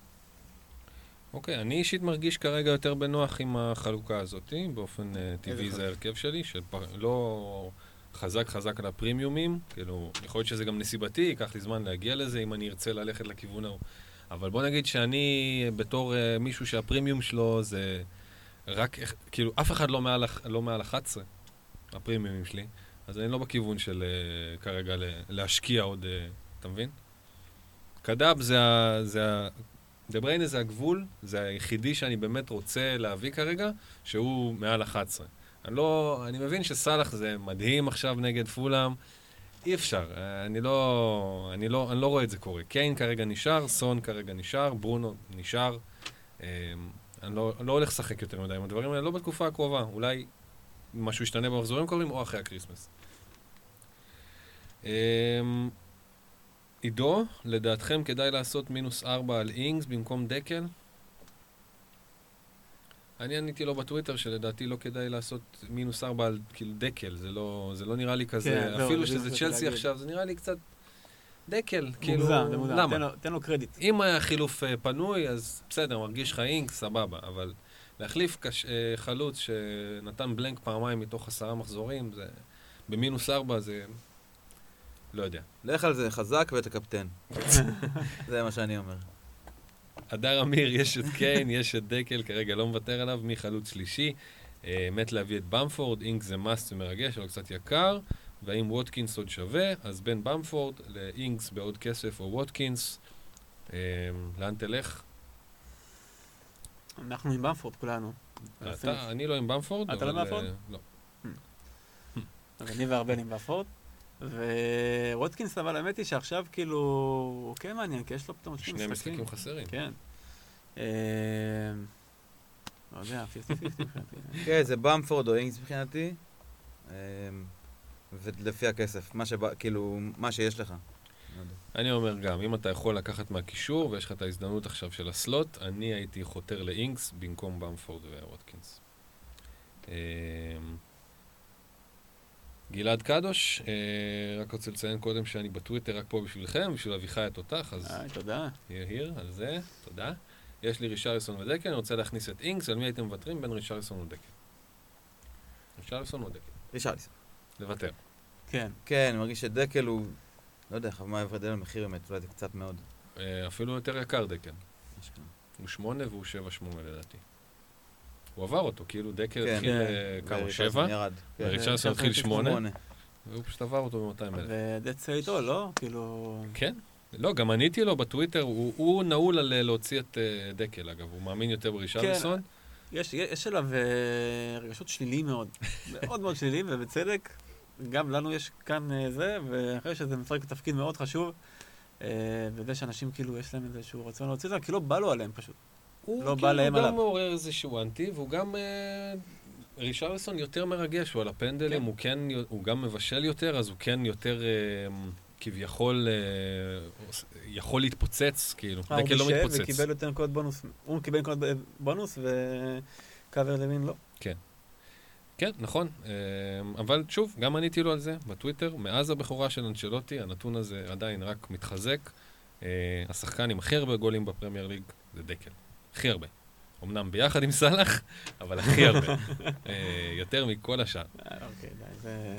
אוקיי, אני אישית מרגיש כרגע יותר בנוח עם החלוקה הזאת, באופן טבעי זה הרכב שלי, שלא... חזק חזק על הפרימיומים, כאילו, יכול להיות שזה גם נסיבתי, ייקח לי זמן להגיע לזה, אם אני ארצה ללכת לכיוון ההוא. אבל בוא נגיד שאני, בתור uh, מישהו שהפרימיום שלו זה רק, כאילו, אף אחד לא מעל, לא מעל אחת עשרה, הפרימיומים שלי, אז אני לא בכיוון של uh, כרגע להשקיע עוד, uh, אתה מבין? קדאב זה ה... זה ה... דה בריינה זה הגבול, זה היחידי שאני באמת רוצה להביא כרגע, שהוא מעל אחת עשרה. אני לא, אני מבין שסלח זה מדהים עכשיו נגד פולאם, אי אפשר, אני לא, אני לא, אני לא רואה את זה קורה. קיין כרגע נשאר, סון כרגע נשאר, ברונו נשאר, אני לא, אני לא הולך לשחק יותר מדי עם הדברים האלה, לא בתקופה הקרובה, אולי משהו ישתנה במחזורים קוראים או אחרי הקריסמס. עידו, לדעתכם כדאי לעשות מינוס ארבע על אינגס במקום דקל? אני עניתי לו בטוויטר שלדעתי לא כדאי לעשות מינוס ארבע על כאילו דקל, זה לא, זה לא נראה לי כזה, כן, אפילו לא, שזה צ'לסי עכשיו, זה נראה לי קצת דקל, כאילו, מוגזם, זה מוגזם, למה? תן לו, תן לו קרדיט. אם היה חילוף פנוי, אז בסדר, מרגיש לך אינק, סבבה, אבל להחליף קש, חלוץ שנתן בלנק פעמיים מתוך עשרה מחזורים, זה, במינוס ארבע זה, לא יודע. לך על זה חזק ואת הקפטן. זה מה שאני אומר. אדר אמיר, יש את קיין, יש את דקל, כרגע לא מוותר עליו, מי חלוץ שלישי, אה, מת להביא את במפורד, אינק זה מאסט ומרגש, אבל קצת יקר, והאם ווטקינס עוד שווה, אז בין במפורד לאינקס בעוד כסף או ווטקינס, אה, לאן תלך? אנחנו עם במפורד כולנו. אתה, אני לא עם במפורד, אתה לא עם במפורד? לא. אז אני והרבן עם במפורד. וווטקינס, אבל האמת היא שעכשיו כאילו הוא כן מעניין, כי יש לו פתאום שני משחקים חסרים. כן. לא יודע, פיפטי פיפטי מבחינתי. כן, זה במפורד או אינגס מבחינתי, ולפי הכסף, כאילו, מה שיש לך. אני אומר גם, אם אתה יכול לקחת מהקישור ויש לך את ההזדמנות עכשיו של הסלוט, אני הייתי חותר לאינגס במקום במפורד וווטקינס. גלעד קדוש, אה, רק רוצה לציין קודם שאני בטוויטר רק פה בשבילכם, בשביל אביחי התותח, אז... איי, תודה. יהיה היר, על זה, תודה. יש לי רישריסון ודקל, אני רוצה להכניס את אינקס, על מי הייתם מוותרים בין רישריסון ודקל? רישריסון או דקל? רישריסון. לוותר. כן. כן, אני מרגיש שדקל הוא... לא יודע, מה ההבדל במחיר אמת, אולי זה קצת מאוד. אה, אפילו יותר יקר דקל. הוא שמונה והוא שבע שמונה לדעתי. הוא עבר אותו, כאילו דקל התחיל כמה, שבע? וריצ'רסון התחיל שמונה, והוא פשוט עבר אותו ב-מאתיים אלף. ודצה איתו, לא? כאילו... כן. לא, גם עניתי לו בטוויטר, הוא נעול על להוציא את דקל, אגב, הוא מאמין יותר ברישריסון. יש עליו רגשות שליליים מאוד, מאוד מאוד שליליים, ובצדק, גם לנו יש כאן זה, ואני חושב שזה מפרק תפקיד מאוד חשוב, וזה שאנשים כאילו יש להם איזשהו רצון להוציא את זה, כי לא בא לו עליהם פשוט. הוא כאילו גם מעורר איזשהו אנטי, והוא גם, רישריסון יותר מרגש, הוא על הפנדלים, הוא כן, הוא גם מבשל יותר, אז הוא כן יותר כביכול יכול להתפוצץ, כאילו, דקל לא מתפוצץ. הוא בישל וקיבל יותר נקודות בונוס, הוא קיבל נקודות בונוס וקאבר לוין לא. כן. כן, נכון, אבל שוב, גם עניתי לו על זה בטוויטר, מאז הבכורה של אנצ'לוטי, הנתון הזה עדיין רק מתחזק, השחקן עם הכי הרבה גולים בפרמייר ליג זה דקל. הכי הרבה. אמנם ביחד עם סלאח, אבל הכי הרבה. יותר מכל השאר. אוקיי, די, זה...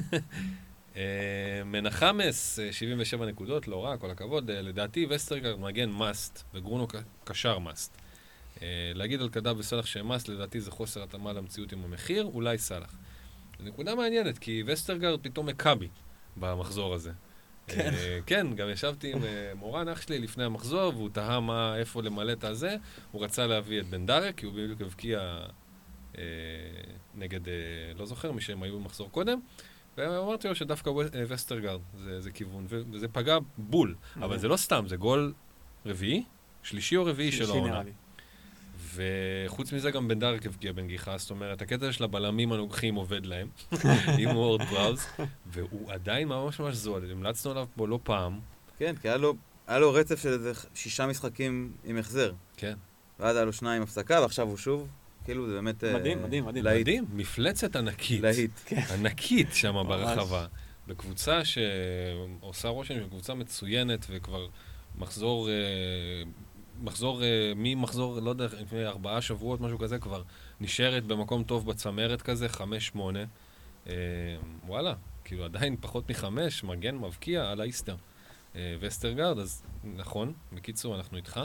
מנחמס, שבעים ושבע נקודות, לא רע, כל הכבוד. לדעתי, וסטרגרד מגן מאסט, וגרונו קשר מאסט. להגיד על קדאב וסלאח שהם מאסט, לדעתי זה חוסר התאמה למציאות עם המחיר, אולי סלאח. נקודה מעניינת, כי וסטרגרד פתאום מקאבי במחזור הזה. כן. כן, גם ישבתי עם מורן אח שלי לפני המחזור, והוא תהה מה, איפה למלא את הזה. הוא רצה להביא את בן דרק, כי הוא בדיוק הבקיע נגד, לא זוכר, מי שהם היו במחזור קודם. ואמרתי לו שדווקא וסטרגרד זה, זה כיוון, וזה פגע בול. אבל זה לא סתם, זה גול רביעי, שלישי או רביעי שלו. שלישי נראה לי. וחוץ מזה גם בן דרק הבקיע בנגיחה, זאת אומרת, הקטע של הבלמים הנוגחים עובד להם, עם וורד בראוז, והוא עדיין ממש ממש זול, המלצנו עליו פה לא פעם. כן, כי היה לו, היה לו רצף של איזה שישה משחקים עם החזר. כן. ואז היה לו שניים הפסקה, ועכשיו הוא שוב, כאילו זה באמת... מדהים, מדהים, מדהים. מדהים, מפלצת ענקית. להיט. ענקית שם ברחבה. בקבוצה שעושה רושם, קבוצה מצוינת, וכבר מחזור... מחזור, ממחזור, לא יודע, לפני ארבעה שבועות, משהו כזה, כבר נשארת במקום טוב בצמרת כזה, חמש, שמונה. וואלה, כאילו עדיין פחות מחמש, מגן מבקיע על האיסטר. וסטרגרד, אז נכון, בקיצור, אנחנו איתך.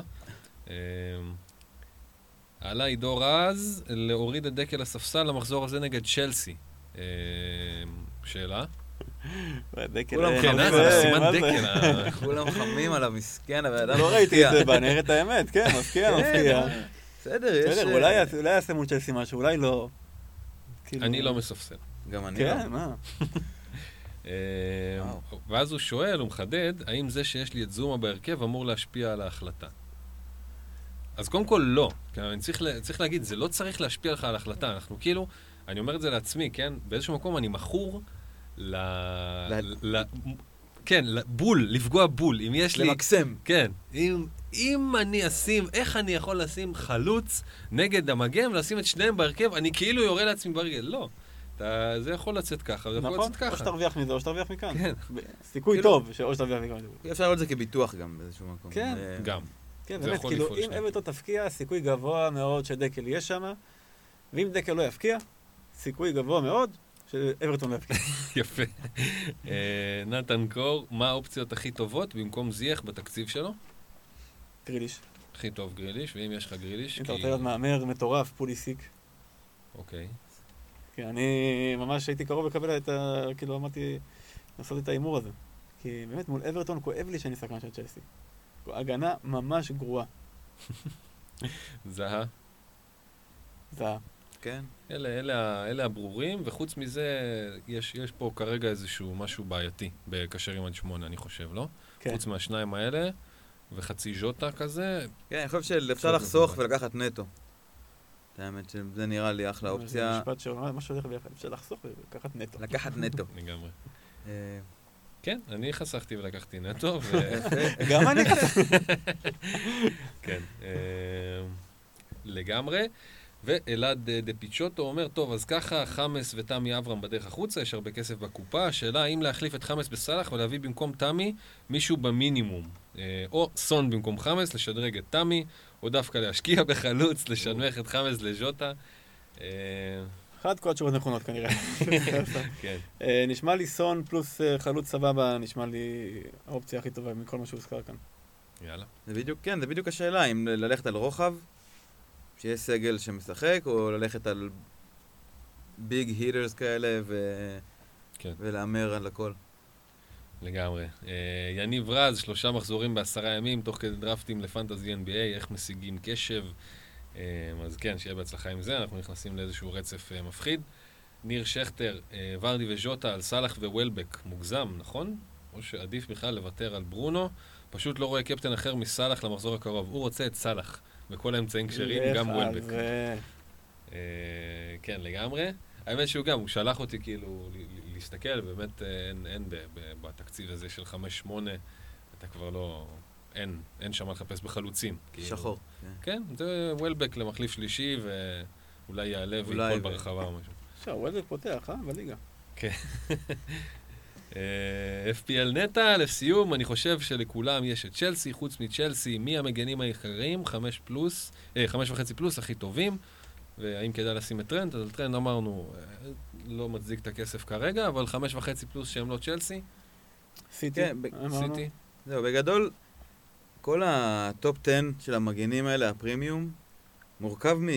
עלה עידו רז להוריד את דקל הספסל למחזור הזה נגד צ'לסי. שאלה? כולם כן, זה סימן דקל. כולם חמים על המסכן, אבל לא ראיתי את זה, בנהר את האמת, כן, מפקיע, מפקיע. בסדר, יש... בסדר, אולי יעשה מול צ'לסי משהו, אולי לא. אני לא מספסל. גם אני לא. כן, מה? ואז הוא שואל, הוא מחדד, האם זה שיש לי את זומה בהרכב אמור להשפיע על ההחלטה? אז קודם כל לא. אני צריך להגיד, זה לא צריך להשפיע לך על ההחלטה. אנחנו כאילו, אני אומר את זה לעצמי, כן? באיזשהו מקום אני מכור ל... כן, בול, לפגוע בול. אם יש לי... למקסם. כן. אם אני אשים, איך אני יכול לשים חלוץ נגד המגם, לשים את שניהם בהרכב, אני כאילו יורה לעצמי ברגל. לא. זה יכול לצאת ככה, זה יכול לצאת ככה. או שתרוויח מזה, או שתרוויח מכאן. כן. סיכוי טוב, או שתרוויח מכאן. אפשר לראות את זה כביטוח גם באיזשהו מקום. כן. גם. כן, באמת, כאילו, אם אברטון תפקיע, סיכוי גבוה מאוד שדקל יהיה שם, ואם דקל לא יפקיע, סיכוי גבוה מאוד שאברטון לא יפקיע. יפה. נתן קור, מה האופציות הכי טובות במקום זייח בתקציב שלו? גריליש. הכי טוב גריליש, ואם יש לך גריליש... אם אתה רוצה להיות מאמר מטורף, פוליסיק. אוקיי. כן, אני ממש הייתי קרוב לקבל את ה... כאילו, אמרתי, לעשות את האימור הזה. כי באמת, מול אברטון כואב לי שאני שחקן של צ'לסי. הגנה ממש גרועה. זהה. זהה. כן. אלה, אלה, אלה הברורים, וחוץ מזה, יש, יש פה כרגע איזשהו משהו בעייתי בקשרים עד שמונה, אני חושב, לא? כן. חוץ מהשניים האלה, וחצי ז'וטה כזה. כן, אני חושב שאפשר לחסוך ולקחת נטו. האמת שזה נראה לי אחלה אופציה. זה משפט שאומר, מה שהולך ביחד, אפשר לחסוך ולקחת נטו. לקחת נטו. לגמרי. כן, אני חסכתי ולקחתי נטו. גם אני חסכתי. כן, לגמרי. ואלעד דפיצ'וטו אומר, טוב, אז ככה, חמאס ותמי אברהם בדרך החוצה, יש הרבה כסף בקופה. השאלה האם להחליף את חמאס בסלאח ולהביא במקום תמי מישהו במינימום. או סון במקום חמאס, לשדרג את תמי, או דווקא להשקיע בחלוץ, לשנמך את חמאס לז'וטה. אחת כל התשובות נכונות כנראה. כן. נשמע לי סון פלוס חלוץ סבבה, נשמע לי האופציה הכי טובה מכל מה שהוזכר כאן. יאללה. זה בדיוק, כן, זה בדיוק השאלה, אם ללכת על רוחב, שיש סגל שמשחק, או ללכת על ביג היטרס כאלה ו... כן. ולאמר על הכל. לגמרי. יניב רז, שלושה מחזורים בעשרה ימים, תוך כדי דרפטים לפנטזי אן בי איי, איך משיגים קשב. אז כן, שיהיה בהצלחה עם זה, אנחנו נכנסים לאיזשהו רצף מפחיד. ניר שכטר, ורדי וז'וטה על סלאח ווולבק, מוגזם, נכון? או שעדיף בכלל לוותר על ברונו, פשוט לא רואה קפטן אחר מסלאח למחזור הקרוב, הוא רוצה את סלאח, וכל האמצעים כשרים, גם וולבק. כן, לגמרי. האמת שהוא גם, הוא שלח אותי כאילו להסתכל, באמת אין בתקציב הזה של חמש שמונה, אתה כבר לא... אין, אין שם לחפש בחלוצים. שחור. כן, זה וולבק למחליף שלישי, ואולי יעלה וייפול ברחבה או משהו. עכשיו, וולבק פותח, אה? בליגה. כן. אף פי אל נטע, לסיום, אני חושב שלכולם יש את צ'לסי, חוץ מצ'לסי, מי המגנים העיקריים, חמש פלוס, אה, חמש וחצי פלוס, הכי טובים, והאם כדאי לשים את טרנד, אז על טרנד אמרנו, לא מצדיק את הכסף כרגע, אבל חמש וחצי פלוס שהם לא צ'לסי. סיטי. כן, סיטי. זהו, בגדול, כל הטופ עשר של המגנים האלה, הפרימיום, מורכב מ...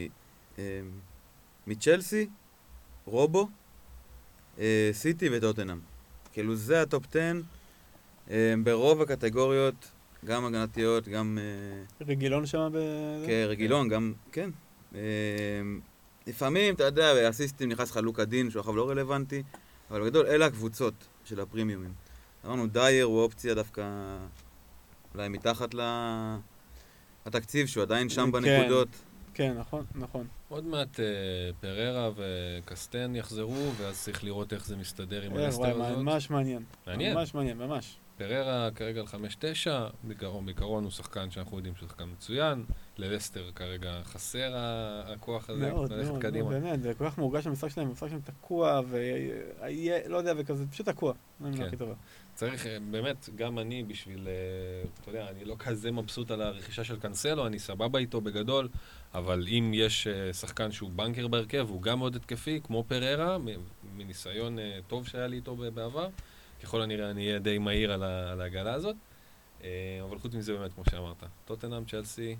מצ'לסי, רובו, סיטי וטוטנהאם. כאילו זה הטופ עשר ברוב הקטגוריות, גם הגנתיות, גם... רגילון שם ב... כן, רגילון, גם, כן. לפעמים, אתה יודע, באסיסטים נכנס לך לוקה דין, שהוא עכשיו לא רלוונטי, אבל בגדול, אלה הקבוצות של הפרימיומים. אמרנו, דייר הוא אופציה דווקא אולי מתחת לתקציב, שהוא עדיין שם בנקודות. כן, נכון, נכון. עוד מעט פררה וקסטן יחזרו, ואז צריך לראות איך זה מסתדר עם הלסטר הזאת. ממש מעניין. מעניין. ממש מעניין, ממש. פררה כרגע על חמש תשע, בעיקרון הוא שחקן שאנחנו יודעים שהוא שחקן מצוין, ללסטר כרגע חסר הכוח הזה, מאוד, ללכת מאוד, קדימה. באמת, זה כל כך מורגש המשחק שלהם, המשחק שלהם תקוע, ולא יודע, וכזה, פשוט תקוע. זה המילה הכי טובה. צריך, באמת, גם אני בשביל, אתה יודע, אני לא כזה מבסוט על הרכישה של קנסלו, אני סבבה איתו בגדול, אבל אם יש שחקן שהוא בנקר בהרכב, הוא גם מאוד התקפי, כמו פררה, מניסיון טוב שהיה לי איתו בעבר, ככל הנראה אני אהיה די מהיר על העגלה הזאת, אבל חוץ מזה באמת, כמו שאמרת, טוטנהאם, צ'לסי,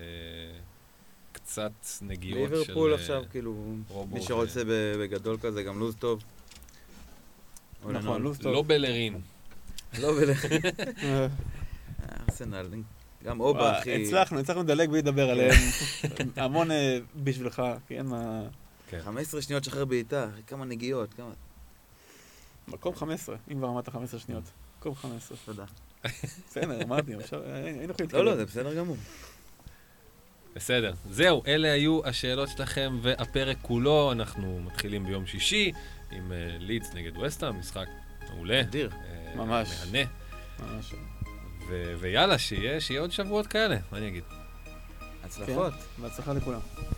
קצת נגיעות של... ליברפול עכשיו, כאילו, מי שרוצה בגדול כזה, גם לוז טוב. נכון, לוז טוב. לא בלרין. לא בלרין. ארסנל, גם אובה, אחי. הצלחנו, הצלחנו לדלג בלי לדבר עליהם. המון בשבילך, כי אין מה... חמש עשרה שניות שחרר בעיטה, כמה נגיעות, כמה... מקום חמש עשרה, אם כבר אמרת חמש עשרה שניות. מקום חמש עשרה. תודה. בסדר, אמרתי, היינו יכולים להתקדם. לא, לא, זה בסדר גמור. בסדר. זהו, אלה היו השאלות שלכם והפרק כולו. אנחנו מתחילים ביום שישי עם לידס נגד ווסטהאם, משחק מעולה. אדיר. ממש. מהנה. ממש. ויאללה, שיהיה עוד שבועות כאלה, מה אני אגיד? הצלחות. בהצלחה לכולם.